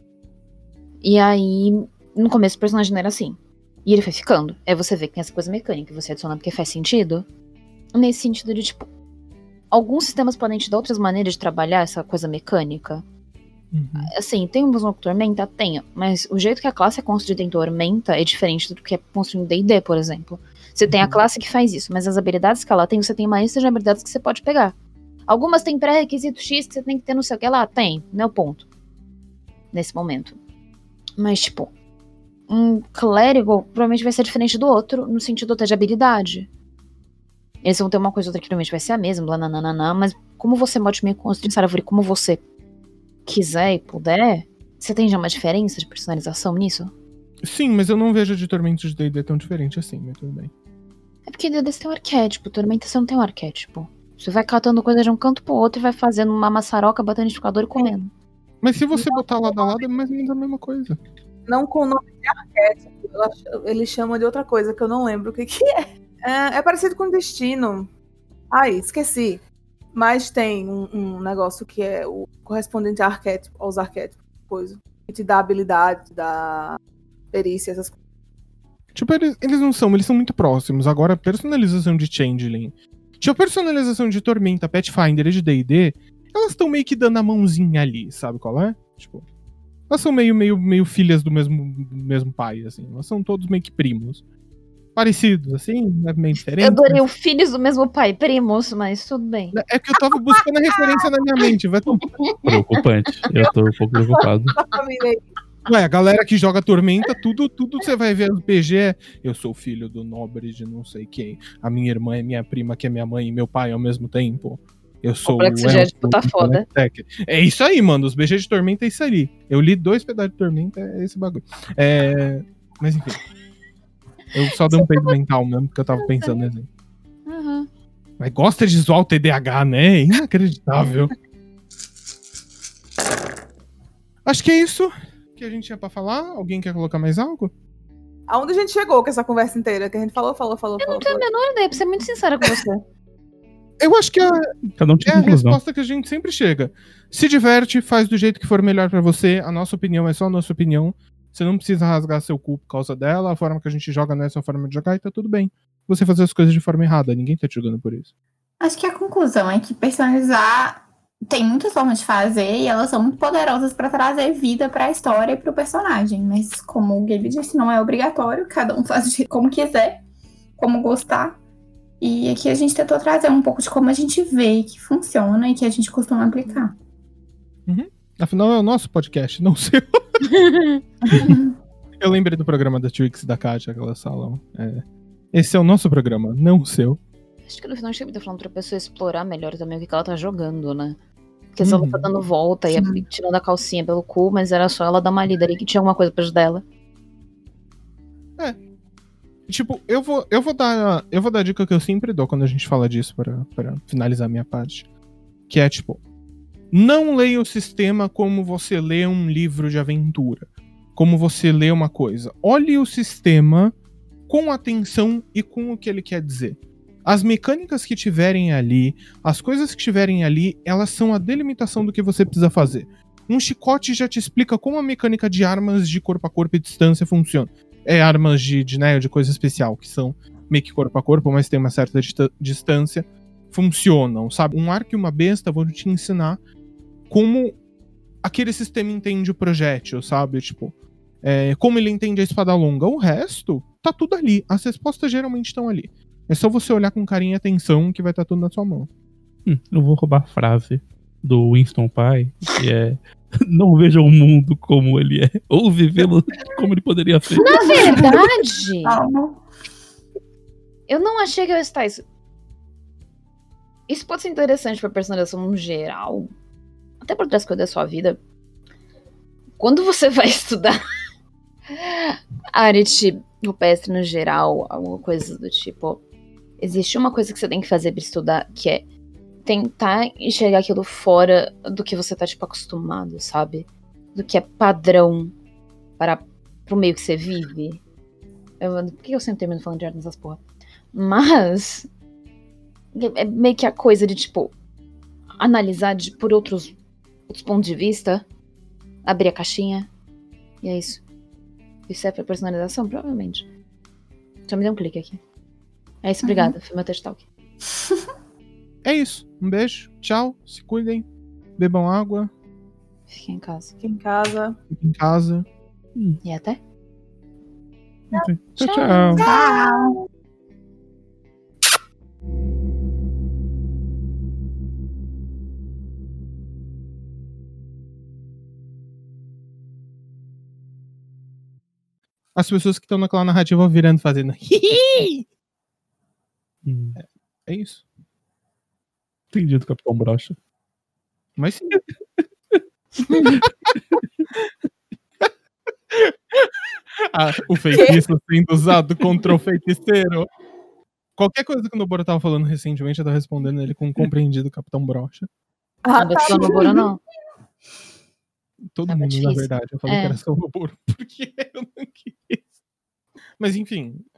E aí... No começo o personagem não era assim. E ele foi ficando. Aí você vê que tem essa coisa mecânica, você adiciona porque faz sentido. Nesse sentido de, tipo... Alguns sistemas podem te dar outras maneiras de trabalhar essa coisa mecânica. Uhum. Assim, tem um busão com Tormenta? Tenho. Mas o jeito que a classe é construída em Tormenta é diferente do que é construído em D e D, por exemplo. Você tem a classe que faz isso, mas as habilidades que ela tem, você tem uma lista de habilidades que você pode pegar. Algumas tem pré-requisito X que você tem que ter não sei o que lá. Tem, meu ponto. Nesse momento. Mas, tipo... Um clérigo provavelmente vai ser diferente do outro, no sentido até de habilidade. Eles vão ter uma coisa ou outra que provavelmente vai ser a mesma, blá, nananana, mas como você pode meio construir essa árvore como você quiser e puder, você tem já uma diferença de personalização nisso? Sim, mas eu não vejo de Tormenta de D e D tão diferente assim, mas tudo bem. É porque D e D você tem um arquétipo, Tormenta você não tem um arquétipo. Você vai catando coisa de um canto pro outro e vai fazendo uma maçaroca, batendo no liquidificador e comendo. Mas se você botar lado a lado, é mais ou menos a mesma coisa. Não com o nome de arquétipo. Ele chama de outra coisa que eu não lembro o que, que é. é. É parecido com Destino. Ai, esqueci. Mas tem um, um negócio que é o correspondente a arquétipo, aos arquétipos. Coisa. Que te dá habilidade, dá perícia, essas coisas. Tipo, eles, eles não são, eles são muito próximos. Agora, a personalização de Changeling. Tipo, a personalização de Tormenta, Pathfinder e de D e D, elas estão meio que dando a mãozinha ali, sabe qual é? Tipo... Elas são meio, meio, meio filhas do mesmo, do mesmo pai, assim. Elas são todos meio que primos. Parecidos, assim, né? Meio diferentes. Eu adorei mas... o filhos do mesmo pai, primos, mas tudo bem. É que eu tava buscando a referência na minha mente. Vai tomar... Preocupante. Eu tô um pouco preocupado. Ué, a galera que joga Tormenta, tudo, tudo você vai ver no P G é eu sou filho do nobre de não sei quem. A minha irmã é minha prima, que é minha mãe e meu pai ao mesmo tempo. Eu sou Complexo o de elfo Édipo tá do foda. Tech. É isso aí, mano. Os B G de Tormenta é isso ali. Eu li dois pedaços de Tormenta, é esse bagulho. É... Mas enfim. Eu só dei um peito mental mesmo, porque eu tava pensando nesse. Uhum. Mas gosta de zoar o T D A H, né? É inacreditável. Acho que é isso que a gente tinha pra falar. Alguém quer colocar mais algo? Aonde a gente chegou com essa conversa inteira? Que a gente falou, falou, falou, Eu falou. não tenho a falou. menor ideia, pra ser muito sincera com você. Eu acho que a, Cada um é tinha a conclusão. resposta que a gente sempre chega. Se diverte, faz do jeito que for melhor pra você. A nossa opinião é só a nossa opinião. Você não precisa rasgar seu cu por causa dela. A forma que a gente joga não é a sua forma de jogar e tá tudo bem. Você fazer as coisas de forma errada. Ninguém tá te julgando por isso. Acho que a conclusão é que personalizar tem muitas formas de fazer e elas são muito poderosas para trazer vida para a história e para o personagem. Mas, como o Gabe disse, não é obrigatório. Cada um faz do jeito como quiser, como gostar. E aqui a gente tentou trazer um pouco de como a gente vê que funciona e que a gente costuma aplicar. Uhum. Afinal, é o nosso podcast, não o seu. Eu lembrei do programa da Twix e da Kátia, aquela sala. É. Esse é o nosso programa, não o seu. Acho que no final a gente tá falando pra pessoa explorar melhor também o que que ela tá jogando, né? Porque se ela Uhum. tá dando volta e Sim. tirando a calcinha pelo cu, mas era só ela dar uma lida ali que tinha alguma coisa pra ajudar ela. Tipo, eu vou, eu vou dar. Eu vou dar a dica que eu sempre dou quando a gente fala disso pra, pra finalizar a minha parte. Que é tipo. Não leia o sistema como você lê um livro de aventura. Como você lê uma coisa. Olhe o sistema com atenção e com o que ele quer dizer. As mecânicas que tiverem ali, as coisas que tiverem ali, elas são a delimitação do que você precisa fazer. Um chicote já te explica como a mecânica de armas de corpo a corpo e distância funciona. É armas de, de, né, de coisa especial, que são meio que corpo a corpo, mas tem uma certa dista- distância, funcionam, sabe? Um arco e uma besta vão te ensinar como aquele sistema entende o projétil, sabe? Tipo, é, como ele entende a espada longa. O resto, tá tudo ali. As respostas geralmente estão ali. É só você olhar com carinho e atenção que vai estar tudo na sua mão. Hum, eu vou roubar a frase do Winston Pai, que é: não veja o mundo como ele é, ou vivê-lo como ele poderia ser. Na verdade, Calma. eu não achei que eu ia citar isso. Isso pode ser interessante pra personalização no geral. Até por outras coisas da sua vida. Quando você vai estudar arte rupestre no geral, alguma coisa do tipo, existe uma coisa que você tem que fazer pra estudar, que é tentar enxergar aquilo fora do que você tá, tipo, acostumado, sabe? Do que é padrão para pro meio que você vive. Eu, por que eu sempre termino falando de arte nessas porra? Mas é meio que a coisa de, tipo, analisar de, por outros, outros pontos de vista, abrir a caixinha, e é isso. Isso é pra personalização? Provavelmente. Só me deu um clique aqui. É isso, obrigada. Foi meu TED Talk. É isso. Um beijo. Tchau. Se cuidem. Bebam água. Fiquem em casa. Aqui em casa. Fiquem em casa. E até? Tchau, tchau. Tchau. As pessoas que estão naquela narrativa virando, fazendo. Hum, É isso. entendi do Capitão Brocha. Mas sim. Ah, o feitiço sendo usado contra o feiticeiro. Qualquer coisa que o Noboro tava falando recentemente, eu tava respondendo ele com um compreendido Capitão Brocha. Ah, Ah, não tá. é no Boro, não. Todo Tava mundo, difícil. na verdade. Eu falei É. que era só o Noboro, porque eu não quis. Mas enfim,